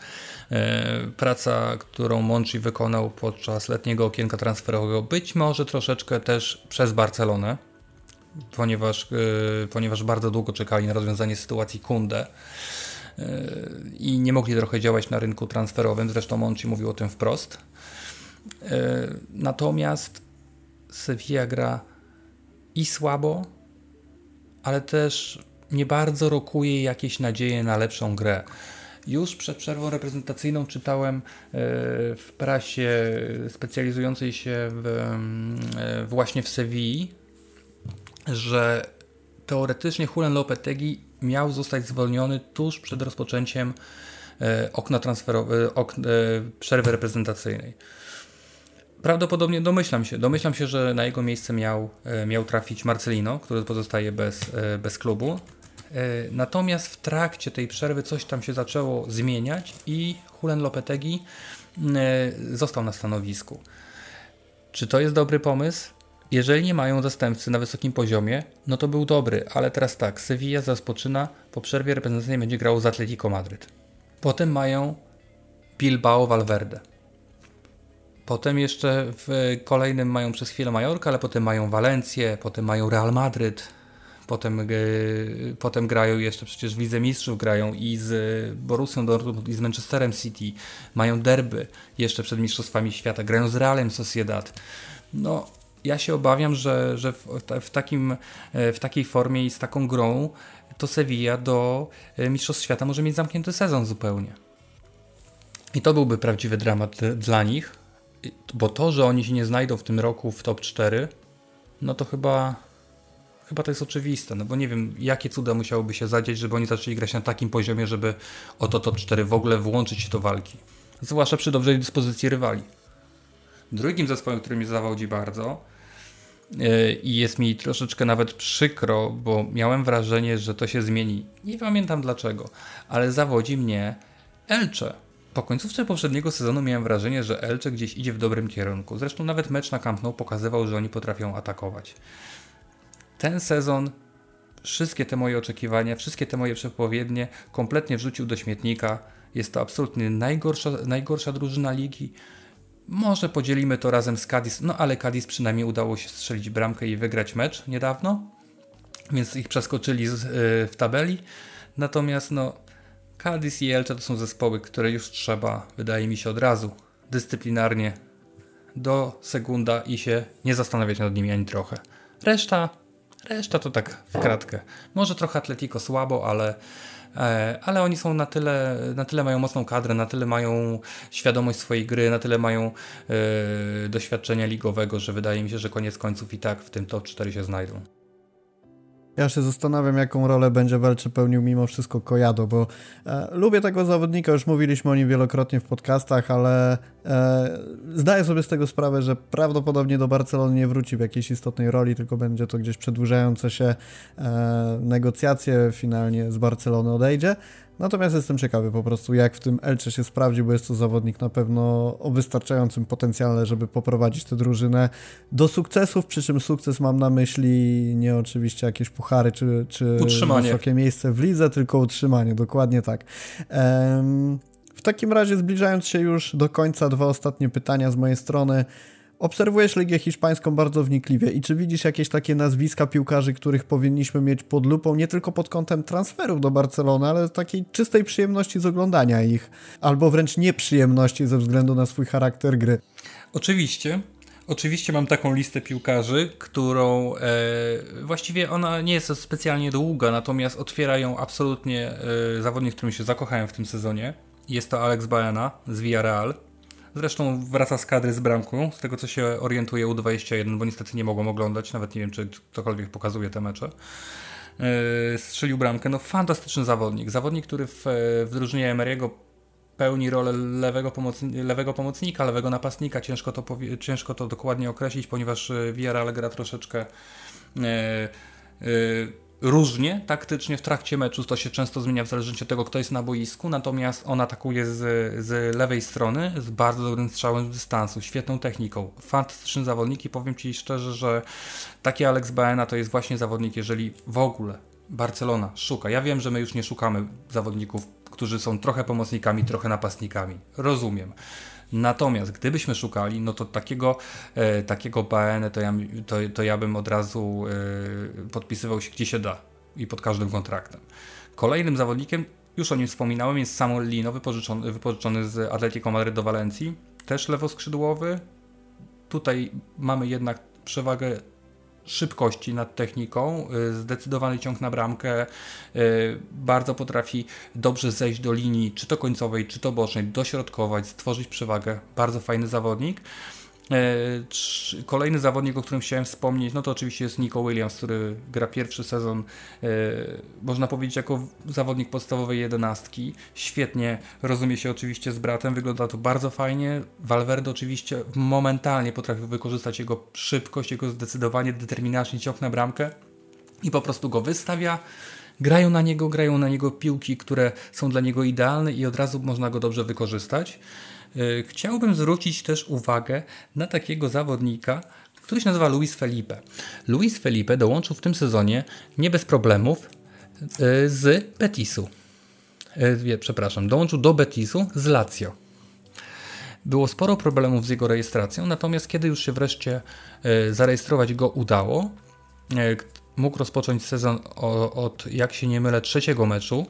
Praca, którą Monchi wykonał podczas letniego okienka transferowego, być może troszeczkę też przez Barcelonę, ponieważ bardzo długo czekali na rozwiązanie sytuacji Kunde i nie mogli trochę działać na rynku transferowym, zresztą Monchi mówił o tym wprost. Natomiast Sevilla gra i słabo, ale też nie bardzo rokuje jakieś nadzieje na lepszą grę. Już przed przerwą reprezentacyjną czytałem w prasie specjalizującej się właśnie w Sewilli, że teoretycznie Julen Lopetegui miał zostać zwolniony tuż przed rozpoczęciem okna przerwy reprezentacyjnej. Prawdopodobnie domyślam się, że na jego miejsce miał trafić Marcelino, który pozostaje bez klubu. Natomiast w trakcie tej przerwy coś tam się zaczęło zmieniać i Julen Lopetegui został na stanowisku. Czy to jest dobry pomysł? Jeżeli nie mają zastępcy na wysokim poziomie, no to był dobry, ale teraz tak, Sevilla rozpoczyna, po przerwie reprezentacyjnej będzie grało z Atletico Madryt. Potem mają Bilbao Valverde. Potem jeszcze w kolejnym mają przez chwilę Majorkę, ale potem mają Walencję, potem mają Real Madryt, potem grają jeszcze przecież w Lidze Mistrzów, grają i z Borussią Dortmund i z Manchesterem City, mają derby jeszcze przed Mistrzostwami Świata, grają z Realem Sociedad. No, ja się obawiam, że w takiej formie i z taką grą to Sevilla do Mistrzostw Świata może mieć zamknięty sezon zupełnie. I to byłby prawdziwy dramat dla nich, bo to, że oni się nie znajdą w tym roku w top 4, no to chyba to jest oczywiste, no bo nie wiem, jakie cuda musiałoby się zadziać, żeby oni zaczęli grać na takim poziomie, żeby o to top 4 w ogóle włączyć się do walki. Zwłaszcza przy dobrej dyspozycji rywali. Drugim zespołem, który mnie zawodzi bardzo i jest mi troszeczkę nawet przykro, bo miałem wrażenie, że to się zmieni. Nie pamiętam dlaczego, ale zawodzi mnie Elche. Po końcówce poprzedniego sezonu miałem wrażenie, że Elche gdzieś idzie w dobrym kierunku. Zresztą nawet mecz na Camp Nou pokazywał, że oni potrafią atakować. Ten sezon wszystkie te moje oczekiwania, wszystkie te moje przepowiednie kompletnie wrzucił do śmietnika. Jest to absolutnie najgorsza drużyna ligi. Może podzielimy to razem z Cadiz, no ale Cadiz przynajmniej udało się strzelić bramkę i wygrać mecz niedawno, więc ich przeskoczyli w tabeli. Natomiast no, Cadiz i Elche to są zespoły, które już trzeba, wydaje mi się, od razu dyscyplinarnie do segunda i się nie zastanawiać nad nimi ani trochę. Reszta to tak w kratkę. Może trochę Atletico słabo, ale oni są na tyle mają mocną kadrę, na tyle mają świadomość swojej gry, na tyle mają doświadczenia ligowego, że wydaje mi się, że koniec końców i tak w tym top 4 się znajdą. Ja się zastanawiam, jaką rolę będzie w Elche pełnił mimo wszystko Collado, bo lubię tego zawodnika, już mówiliśmy o nim wielokrotnie w podcastach, ale zdaję sobie z tego sprawę, że prawdopodobnie do Barcelony nie wróci w jakiejś istotnej roli, tylko będzie to gdzieś przedłużające się negocjacje, finalnie z Barcelony odejdzie. Natomiast jestem ciekawy po prostu, jak w tym Elche się sprawdzi, bo jest to zawodnik na pewno o wystarczającym potencjale, żeby poprowadzić tę drużynę do sukcesów, przy czym sukces mam na myśli nie oczywiście jakieś puchary czy wysokie miejsce w lidze, tylko utrzymanie, dokładnie tak. W takim razie, zbliżając się już do końca, 2 ostatnie pytania z mojej strony. Obserwujesz Ligę Hiszpańską bardzo wnikliwie i czy widzisz jakieś takie nazwiska piłkarzy, których powinniśmy mieć pod lupą, nie tylko pod kątem transferów do Barcelony, ale takiej czystej przyjemności z oglądania ich, albo wręcz nieprzyjemności ze względu na swój charakter gry? Oczywiście mam taką listę piłkarzy, którą właściwie ona nie jest specjalnie długa, natomiast otwiera ją absolutnie zawodnik, w którym się zakochałem w tym sezonie. Jest to Alex Baena z Villarreal. Zresztą wraca z kadry z bramką, z tego co się orientuje U21, bo niestety nie mogą oglądać, nawet nie wiem, czy ktokolwiek pokazuje te mecze. Strzelił bramkę, no fantastyczny zawodnik, który w drużynie Emery'ego pełni rolę lewego pomocnika, lewego napastnika, ciężko to dokładnie określić, ponieważ Villarreal gra troszeczkę różnie, taktycznie w trakcie meczu, to się często zmienia w zależności od tego, kto jest na boisku, natomiast on atakuje z lewej strony, z bardzo dobrym strzałem z dystansu, świetną techniką, fantastyczny zawodnik i powiem Ci szczerze, że taki Alex Baena to jest właśnie zawodnik, jeżeli w ogóle Barcelona szuka. Ja wiem, że my już nie szukamy zawodników, którzy są trochę pomocnikami, trochę napastnikami. Rozumiem. Natomiast gdybyśmy szukali, no to takiego Baenę to ja bym od razu podpisywał się gdzie się da i pod każdym kontraktem. Kolejnym zawodnikiem, już o nim wspominałem, jest Samuel Lino, wypożyczony z Atletico Madryt do Walencji. Też lewoskrzydłowy. Tutaj mamy jednak przewagę szybkości nad techniką, zdecydowany ciąg na bramkę, bardzo potrafi dobrze zejść do linii, czy to końcowej, czy to bocznej, dośrodkować, stworzyć przewagę. Bardzo fajny zawodnik. Kolejny zawodnik, o którym chciałem wspomnieć, no to oczywiście jest Nico Williams, który gra pierwszy sezon, można powiedzieć, jako zawodnik podstawowej 11. Świetnie rozumie się oczywiście z bratem, wygląda to bardzo fajnie. Valverde oczywiście momentalnie potrafi wykorzystać jego szybkość, jego zdecydowanie, determinacyjny ciąg na bramkę i po prostu go wystawia. Grają na niego piłki, które są dla niego idealne i od razu można go dobrze wykorzystać. Chciałbym zwrócić też uwagę na takiego zawodnika, który się nazywa Luis Felipe. Luis Felipe dołączył w tym sezonie nie bez problemów z Betisu. Dołączył do Betisu z Lazio. Było sporo problemów z jego rejestracją, natomiast kiedy już się wreszcie zarejestrować go udało, mógł rozpocząć sezon od, jak się nie mylę, 3. meczu,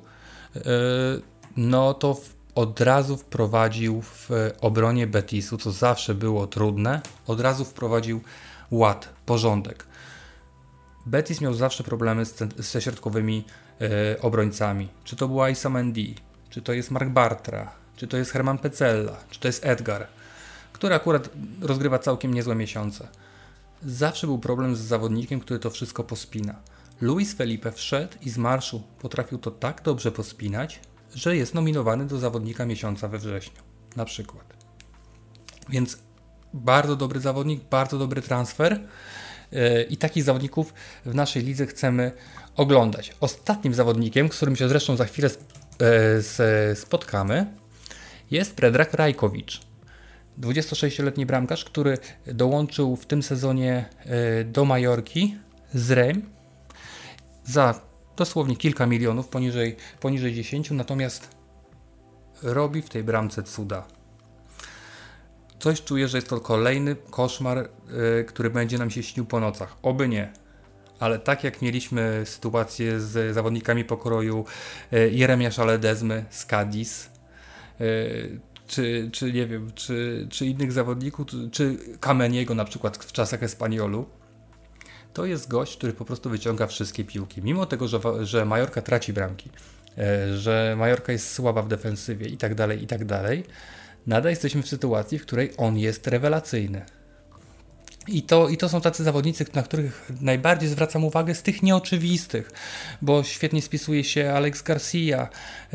no to od razu wprowadził w obronie Betisu, co zawsze było trudne, od razu wprowadził ład, porządek. Betis miał zawsze problemy ze środkowymi obrońcami. Czy to była Issa Mendy, czy to jest Marc Bartra, czy to jest Herman Pezzella, czy to jest Edgar, który akurat rozgrywa całkiem niezłe miesiące. Zawsze był problem z zawodnikiem, który to wszystko pospina. Luis Felipe wszedł i z marszu potrafił to tak dobrze pospinać, że jest nominowany do zawodnika miesiąca we wrześniu, na przykład. Więc bardzo dobry zawodnik, bardzo dobry transfer i takich zawodników w naszej lidze chcemy oglądać. Ostatnim zawodnikiem, z którym się zresztą za chwilę spotkamy, jest Predrag Rajkovic. 26-letni bramkarz, który dołączył w tym sezonie do Majorki z Rem za dosłownie kilka milionów, poniżej 10, natomiast robi w tej bramce cuda. Coś czuję, że jest to kolejny koszmar, który będzie nam się śnił po nocach. Oby nie. Ale tak jak mieliśmy sytuację z zawodnikami pokroju Jeremiasza Ledezmy z Cadiz, czy nie wiem, czy innych zawodników, czy Kameniego na przykład w czasach Espaniolu, to jest gość, który po prostu wyciąga wszystkie piłki. Mimo tego, że Majorka traci bramki, że Majorka jest słaba w defensywie i tak dalej, nadal jesteśmy w sytuacji, w której on jest rewelacyjny. I to są tacy zawodnicy, na których najbardziej zwracam uwagę z tych nieoczywistych, bo świetnie spisuje się Alex Garcia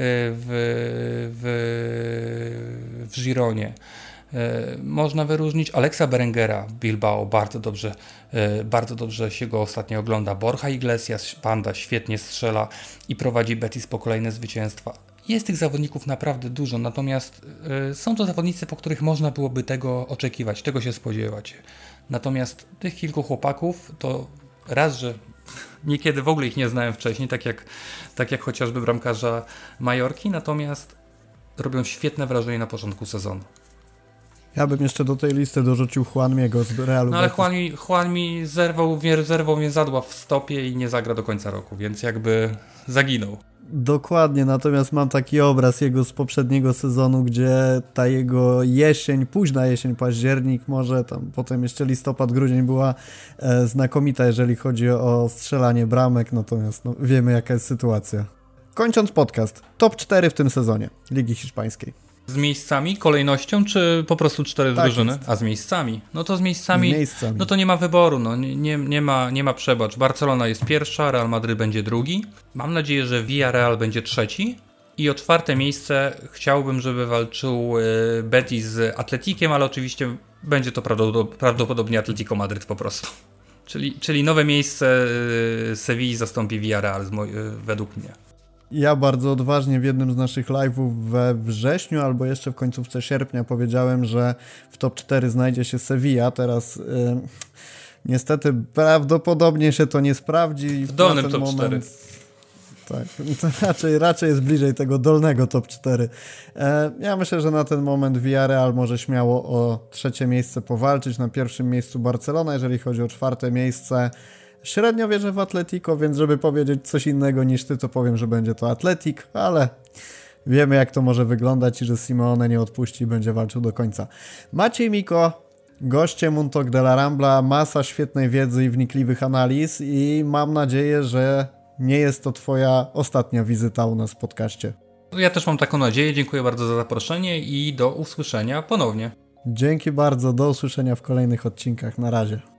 w Gironie. Można wyróżnić Alexa Berengera w Bilbao, bardzo dobrze się go ostatnio ogląda. Borja Iglesias, Panda, świetnie strzela i prowadzi Betis po kolejne zwycięstwa. Jest tych zawodników naprawdę dużo, natomiast są to zawodnicy, po których można byłoby tego oczekiwać, tego się spodziewać. Natomiast tych kilku chłopaków to raz, że niekiedy w ogóle ich nie znałem wcześniej, tak jak chociażby bramkarza Majorki, natomiast robią świetne wrażenie na początku sezonu. Ja bym jeszcze do tej listy dorzucił Juanmiego z Realu. No ale Juanmi zerwał mnie zadła w stopie i nie zagra do końca roku, więc jakby zaginął. Dokładnie, natomiast mam taki obraz jego z poprzedniego sezonu, gdzie ta jego jesień, późna jesień, październik, może tam potem jeszcze listopad, grudzień była znakomita, jeżeli chodzi o strzelanie bramek, natomiast wiemy, jaka jest sytuacja. Kończąc podcast, top 4 w tym sezonie Ligi Hiszpańskiej. Z miejscami, kolejnością, czy po prostu 4 drużyny? Jest. A z miejscami? No to z miejscami. No to nie ma wyboru, no nie ma przebacz. Barcelona jest pierwsza, Real Madryt będzie drugi. Mam nadzieję, że Villarreal będzie trzeci. I o 4 miejsce chciałbym, żeby walczył Betis z Atletikiem, ale oczywiście będzie to prawdopodobnie Atletico Madryt po prostu. Czyli nowe miejsce Sewilli zastąpi Villarreal według mnie. Ja bardzo odważnie w jednym z naszych live'ów we wrześniu albo jeszcze w końcówce sierpnia powiedziałem, że w top 4 znajdzie się Sevilla. Teraz niestety prawdopodobnie się to nie sprawdzi. W dolnym top 4. tak. To raczej jest bliżej tego dolnego top 4. Ja myślę, że na ten moment Villarreal może śmiało o 3. miejsce powalczyć. Na 1. miejscu Barcelona, jeżeli chodzi o 4. miejsce. Średnio wierzę w Atletico, więc żeby powiedzieć coś innego niż ty, to powiem, że będzie to Atletic, ale wiemy, jak to może wyglądać i że Simeone nie odpuści i będzie walczył do końca. Maciej Miko, goście Muntok de la Rambla, masa świetnej wiedzy i wnikliwych analiz i mam nadzieję, że nie jest to twoja ostatnia wizyta u nas w podcaście. Ja też mam taką nadzieję, dziękuję bardzo za zaproszenie i do usłyszenia ponownie. Dzięki bardzo, do usłyszenia w kolejnych odcinkach, na razie.